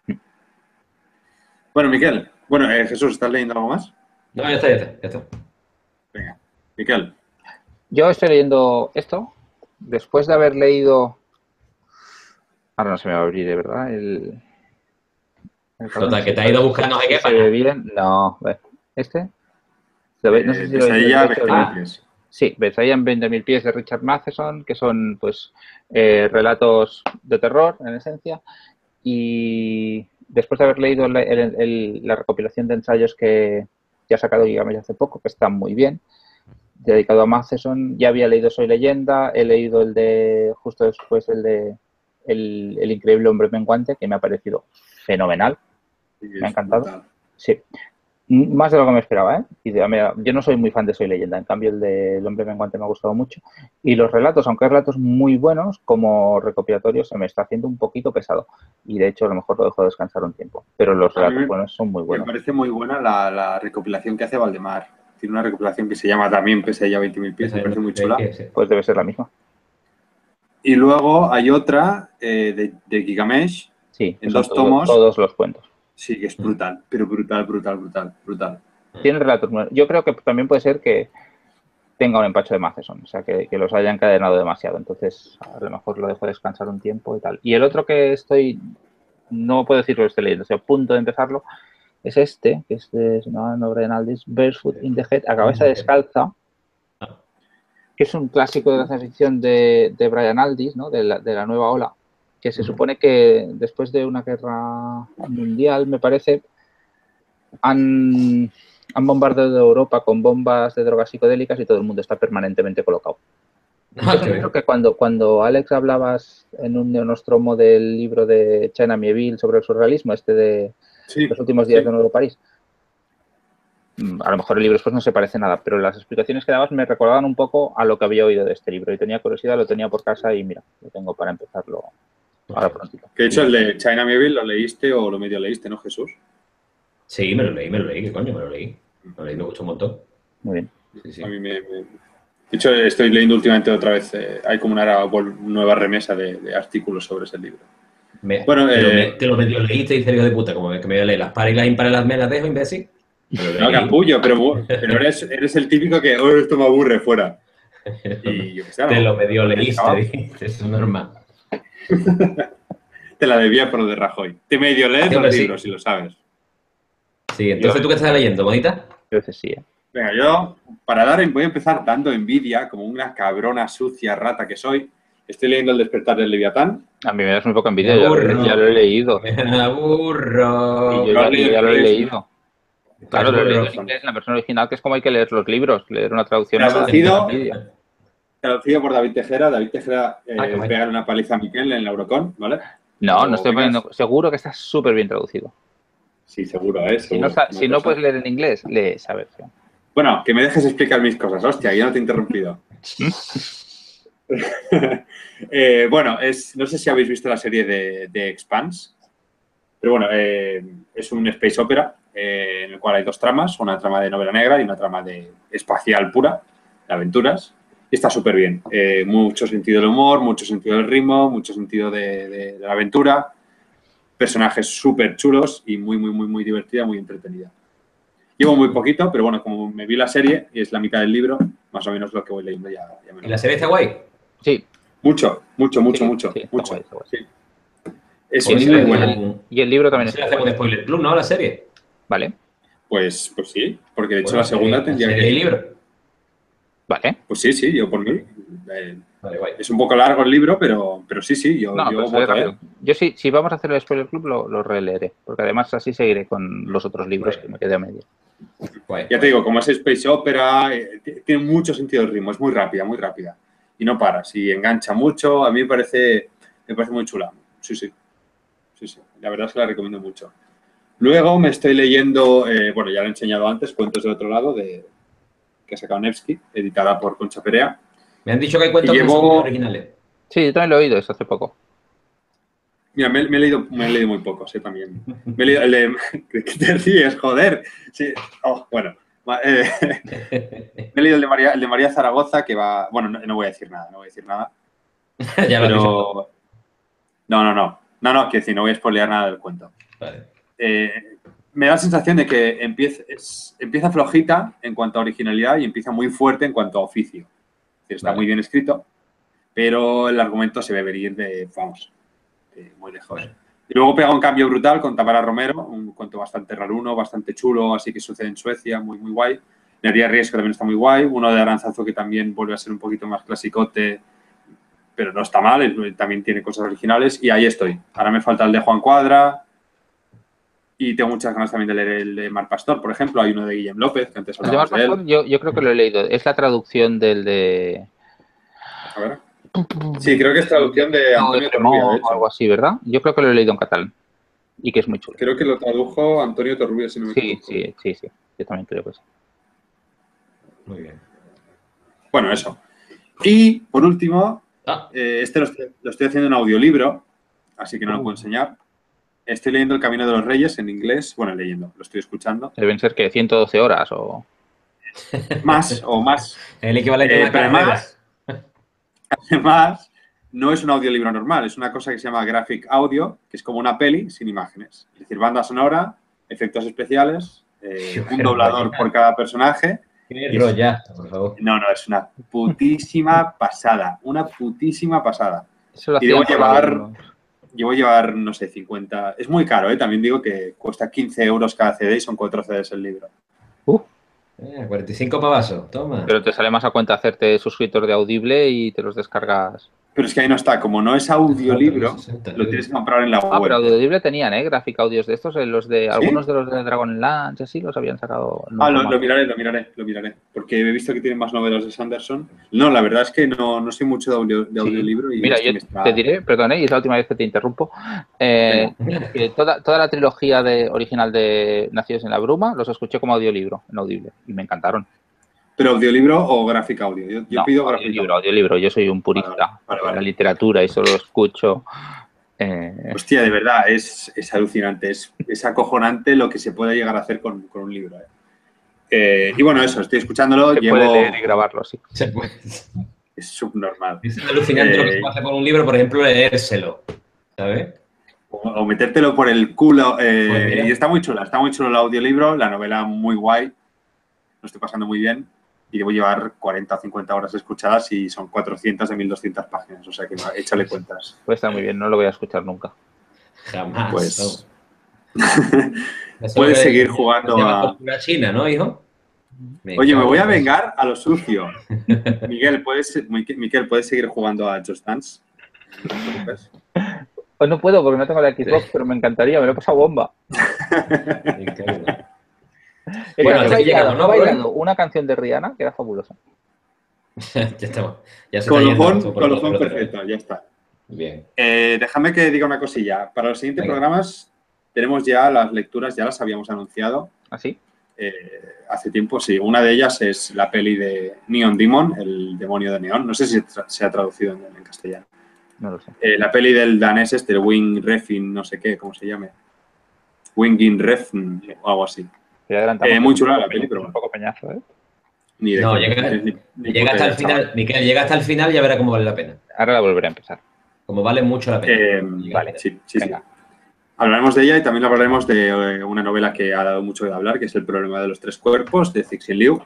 Bueno, Miquel. Bueno, eh, Jesús, ¿estás leyendo algo más? No, ya está, ya está, ya está. Venga. Miquel. Yo estoy leyendo esto después de haber leído. Ahora no se me va a abrir, de verdad. El. el Total, que te ha ido a buscar no sé qué se ve para. bien. No, ve. ¿Este? ¿Lo veis? No sé Eh, si lo veis. Pesadilla, Lo veis, veinte ah, mil pies. Sí, Pesadilla en veinte mil pies de Richard Matheson, que son pues eh, relatos de terror, en esencia. Y después de haber leído el- el- el- la recopilación de ensayos que, que ha sacado Gigamesh hace poco, que está muy bien, dedicado a Matheson, ya había leído Soy Leyenda, he leído el de, justo después el de El, el increíble hombre menguante, que me ha parecido fenomenal. Sí, Me ha es encantado. brutal. Sí. M- Más de lo que me esperaba, ¿eh? Y de- mira, yo no soy muy fan de Soy Leyenda, en cambio el de El hombre menguante me ha gustado mucho. Y los relatos, aunque hay relatos muy buenos, como recopilatorios se me está haciendo un poquito pesado. Y de hecho a lo mejor lo dejo descansar un tiempo. Pero los A mí relatos me- buenos son muy Me buenos. parece muy buena la, la recopilación que hace Valdemar. Tiene una recopilación que se llama también Pesadilla veinte mil pies, me parece muy chula. Pues debe ser la misma. Y luego hay otra eh, de, de Gigamesh, Sí, En son dos todos- tomos. todos los cuentos. sí, que es brutal, pero brutal, brutal, brutal, brutal. Tienen relatos buenos. Yo creo que también puede ser que tenga un empacho de Matheson, o sea, que, que los haya encadenado demasiado. Entonces, a lo mejor lo dejo descansar un tiempo y tal. Y el otro que estoy, no puedo decir lo que estoy leyendo, estoy a punto de empezarlo, es este, que es de es una obra de Naldis, Barefoot in the Head, a cabeza descalza, que es un clásico de la ciencia ficción de, de Brian Aldiss, ¿no? de, la, de la nueva ola, que se supone que después de una guerra mundial, me parece, han, han bombardeado Europa con bombas de drogas psicodélicas y todo el mundo está permanentemente colocado. Ah, Yo qué bien. creo que cuando, cuando Alex hablabas en un neonostromo del libro de China Mieville sobre el surrealismo, este de Sí, los últimos días sí. de Nuevo París, mm, a lo mejor el libro después no se parece nada, pero las explicaciones que dabas me recordaban un poco a lo que había oído de este libro y tenía curiosidad, lo tenía por casa y mira, lo tengo para empezarlo ahora prontito. Que de hecho el de China Mieville lo leíste o lo medio leíste, ¿no, Jesús? Sí, me lo leí, me lo leí, ¿qué coño? Me lo leí. Me lo leí, me gustó un montón. Muy bien. Sí, sí. A mí me, me- De hecho, estoy leyendo últimamente otra vez, eh, hay como una vol- nueva remesa de, de artículos sobre ese libro. Me- Bueno, te, lo, eh, me- te lo medio leíste y hijo de puta, como que me voy a leer las pares y las impares las me las dejo, imbécil. Pero no, capullo, pero, pero eres, eres el típico que, oh, esto me aburre, fuera. Y yo qué sé, Te ¿no? lo medio Pero leíste, estaba- dijiste, es normal. Te la debía por lo de Rajoy. Te medio lees Hombre, los sí. libros, si lo sabes. Sí, entonces, ¿tú qué estás leyendo, bonita? Yo veces sí, ¿eh? Venga, yo, para dar, voy a empezar dando envidia, como una cabrona, sucia, rata que soy. Estoy leyendo El despertar del Leviatán. A mí me das muy poca Me envidia, ya lo, he- ya lo he aburro. leído. Me aburro. Y yo ¿Lo has ya, yo leído ya en lo he inglés? leído. Estás Claro, lo he leído en borroso. inglés, en la versión original, que es como hay que leer los libros. Leer una traducción me da Traducido, envidia. traducido por David Tejera. David Tejera eh, Ah, qué guay. pega una paliza a Miquel en la Eurocon, ¿vale? No, Cuando no estoy vengas. poniendo... Seguro que está súper bien traducido. Sí, seguro, ¿eh? Si no, Seguro. sa- Una si no cosa. puedes leer en inglés, lee esa versión. Bueno, que me dejes explicar mis cosas. Hostia, ya no te he interrumpido. Eh, bueno, es, no sé si habéis visto la serie de, de Expanse, pero bueno, eh, es un space opera eh, en el cual hay dos tramas, una trama de novela negra y una trama de espacial pura, de aventuras, y está súper bien. Eh, mucho sentido del humor, mucho sentido del ritmo, mucho sentido de, de- de la aventura, personajes súper chulos y muy, muy, muy, muy divertida, muy entretenida. Llevo muy poquito, pero bueno, como me vi la serie y es la mitad del libro, más o menos lo que voy leyendo ya, ya me ¿Y lo la serie está guay? Sí, Mucho, mucho, mucho, Sí, mucho, sí, está mucho. guay, está guay. Sí. Es y, el Pues muy libro, y, buena. el, y el libro también Si le está hacemos guay. un spoiler club, ¿no? La serie. Vale, Pues, pues sí, porque de hecho Bueno, la segunda serie, tendría serie que... y libro. vale. Pues sí, sí, yo por mí. Eh, Vale, guay. es un poco largo el libro, pero, pero sí, sí, yo, No, yo pero sale voto, ¿eh? rápido. Yo sí, si vamos a hacer el spoiler club, lo, lo releeré. Porque además así seguiré con los otros libros que me quedé a medio. Guay. Ya te digo, como es space opera, eh, t- tiene mucho sentido el ritmo, es muy rápida, muy rápida. Y no para, si engancha mucho, a mí me parece, me parece muy chula. Sí, sí. Sí, sí. La verdad es que la recomiendo mucho. Luego me estoy leyendo, eh, bueno, ya lo he enseñado antes, Cuentos del otro lado, de, que ha sacado Nevsky, editada por Concha Perea. Me han dicho que hay cuentos Y que no son llevo- muy originales. Sí, yo también lo he oído eso hace poco. Mira, me, me he, leído, me he leído muy pocos, ¿eh? También. Me he leído el de... ¿Qué te ríes, joder? Sí. Oh, bueno. Ma- eh, me he leído el de, María, el de María Zaragoza, que va... Bueno, no, no voy a decir nada, no voy a decir nada. Ya lo has dicho. Pero... No, no, no. No, no, que decir, no voy a spoilear nada del cuento. Vale. Eh, me da la sensación de que empieza, es- empieza flojita en cuanto a originalidad y empieza muy fuerte en cuanto a oficio. Es decir, está Vale. muy bien escrito, pero el argumento se ve venir de, vamos, de muy lejos. Vale. Y luego pega un cambio brutal con Tamara Romero, un cuento bastante raruno, bastante chulo, así que sucede en Suecia, muy, muy guay. Nería Riesco también está muy guay. Uno de Aranzazu que también vuelve a ser un poquito más clasicote, pero no está mal, es- también tiene cosas originales. Y ahí estoy. Ahora me falta el de Juan Cuadra. Y tengo muchas ganas también de leer el de Mar Pastor, por ejemplo. Hay uno de Guillem López, que antes El de Mar hablábamos de él. Pastor, yo, yo creo que lo he leído. Es la traducción del de... A ver. Sí, creo que es traducción de No, Antonio de Tremont Torrubia, de o algo hecho. así, ¿verdad? Yo creo que lo he leído en catalán. Y que es muy chulo. Creo que lo tradujo Antonio Torrubia, si no me Sí, equivoco. sí, sí, sí. Yo también creo que sí. Muy bien. Bueno, eso. Y, por último, Ah, eh, este lo estoy, lo estoy haciendo en audiolibro, así que no lo Uh. puedo enseñar. Estoy leyendo El Camino de los Reyes en inglés. Bueno, leyendo, lo estoy escuchando. Deben ser que ciento doce horas o... Más o más. el equivalente Eh, a una pero carrera. además, además, no es un audiolibro normal, es una cosa que se llama graphic audio, que es como una peli sin imágenes. Es decir, banda sonora, efectos especiales, eh, Qué un doblador barbaridad. por cada personaje. Qué Y es- rollazo, por favor. No, no, es una putísima pasada, una putísima pasada. Eso lo Y debo hacían con llevar- algunos- Llevo a llevar, no sé, cincuenta... Es muy caro, ¿eh? También digo que cuesta quince euros cada C D y son cuatro C Ds el libro. Uh, Eh, cuarenta y cinco pavazos, toma. pero te sale más a cuenta hacerte suscriptor de Audible y te los descargas. Pero es que ahí no está, como no es audiolibro, sesenta lo tienes que comprar en la Ah, web. pero Audible tenían, ¿eh? Gráfica audios de estos. eh, Los de, ¿Sí? Algunos de los de Dragonlance, así, los habían sacado. en un Ah, lo, formato. lo miraré, lo miraré, lo miraré. Porque he visto que tienen más novelas de Sanderson. No, la verdad es que no, no soy mucho de, audio, de Sí. audiolibro. Y Mira, esto yo me está- te diré, perdón, ¿eh? Y es la última vez que te interrumpo, eh, que toda, toda la trilogía de, original de Nacidos en la Bruma los escuché como audiolibro, en Audible, y me encantaron. ¿Pero audiolibro o gráfica audio? Yo, yo No, pido gráfica audiolibro, audiolibro, yo soy un purista Vale, vale, vale. de la literatura y solo escucho... eh, Hostia, de verdad, es, es alucinante. Es, es acojonante lo que se puede llegar a hacer con, con un libro. ¿eh? Eh, y bueno, eso, estoy escuchándolo. se Llevo... puede leer y grabarlo, sí. Se puede- Es subnormal. Es alucinante lo que Eh, se puede hacer con un libro, por ejemplo, leérselo. ¿Sabes? O, o metértelo por el culo. Eh, Pues mira. y está muy chula, está muy chulo el audiolibro, la novela muy guay. Lo estoy pasando muy bien. Y debo llevar cuarenta o cincuenta horas escuchadas y son cuatrocientas de mil doscientas páginas. O sea que échale cuentas. Puede estar muy bien, no lo voy a escuchar nunca. Jamás. Pues Eso puedes que- seguir que jugando se llama a... cultura china, ¿no, hijo? Oye, me cago voy a en- vengar a lo sucio. Miguel, ¿puedes, Miquel, ¿puedes seguir jugando a Just Dance? No te preocupes. Pues no puedo porque no tengo la Xbox, pero me encantaría, me lo he pasado bomba. Me cago en- He, Bueno, he hasta aquí bailado, llegamos, he ¿no, por hoy? bailado una canción de Rihanna que era fabulosa. Ya estamos. Ya se está yendo Colofón, esto por colofón otro lado. perfecto, ya está. Bien. Eh, déjame que diga una cosilla. Para los siguientes Venga. programas tenemos ya las lecturas, ya las habíamos anunciado ¿Así? eh, hace tiempo. Sí, una de ellas es la peli de Neon Demon, el demonio de Neón. No sé si tra- se ha traducido en, en castellano. No lo sé. Eh, la peli del danés este, el Wing Refn, no sé qué, cómo se llame. Wingin Refn o algo así. Ya adelantamos. Eh, muy que es un chula poco la peli, peña- pero un bueno. poco peñazo, ¿eh? Ni de No, qué, llega, ni- ni- ni llega puta hasta el idea, final. chaval. Miquel, llega hasta el final y ya verá cómo vale la pena. Ahora la volveré a empezar. Como vale mucho la pena. Eh, Llega vale, hasta- sí, sí, sí. Venga. Hablaremos de ella y también hablaremos de eh, una novela que ha dado mucho de hablar, que es El problema de los tres cuerpos, de Cixin Liu.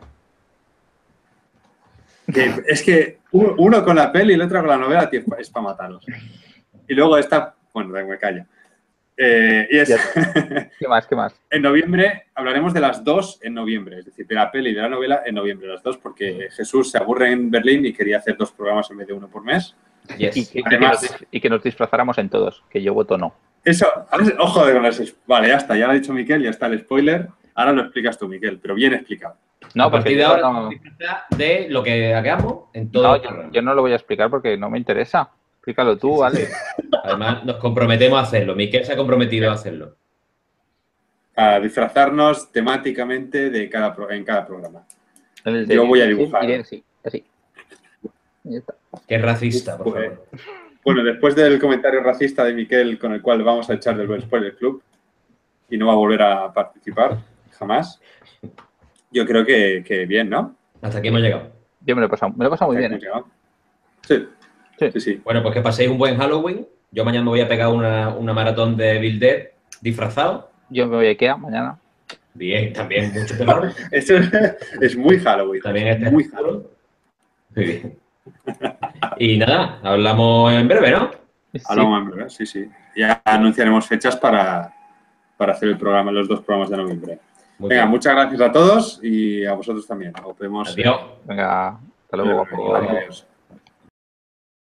Que es que uno, uno con la peli y el otro con la novela, tío, es para matarlos. Y luego esta, bueno, me callo. Eh, y es, Ya ¿Qué más? ¿Qué más? en noviembre hablaremos de las dos en noviembre, es decir, de la peli y de la novela en noviembre, las dos, porque Jesús se aburre en Berlín y quería hacer dos programas en vez de uno por mes. Yes. Y, que- y que Además- nos, dis- y que nos disfrazáramos en todos, que yo voto no. Eso, ojo de con los... Vale, ya está, ya lo ha dicho Miquel, ya está el spoiler. Ahora lo explicas tú, Miquel, pero bien explicado. No, a porque partir de yo ahora no, disfruta de lo que hagamos en todo no, el yo, programa. yo no lo voy a explicar porque no me interesa. Explícalo tú, ¿vale? Además, nos comprometemos a hacerlo. Miquel se ha comprometido a hacerlo. A disfrazarnos temáticamente de cada, pro- en cada programa. El de Yo voy a Irene, dibujar. Irene, sí, así. Ya está. Qué racista, por Pues, favor. Bueno, después del comentario racista de Miquel con el cual vamos a echar del Spoiler Club y no va a volver a participar jamás, yo creo que, que bien, ¿no? Hasta aquí hemos llegado. Yo me lo he pasado, me lo he pasado muy bien. Hemos ¿eh? llegado. Sí, Sí. sí, sí. Bueno, pues que paséis un buen Halloween. Yo mañana me voy a pegar una, una maratón de Bill Dead disfrazado. Yo me voy a IKEA mañana. Bien, también mucho peor. Eso es, es muy Halloween. También este muy Halloween. Muy bien. Y nada, hablamos en breve, ¿no? Sí. Hablamos en breve, sí, sí. Ya anunciaremos fechas para, para hacer el programa, los dos programas de noviembre. Muy Venga, bien. muchas gracias a todos y a vosotros también. Nos vemos. Adiós. Venga, hasta luego. Adiós.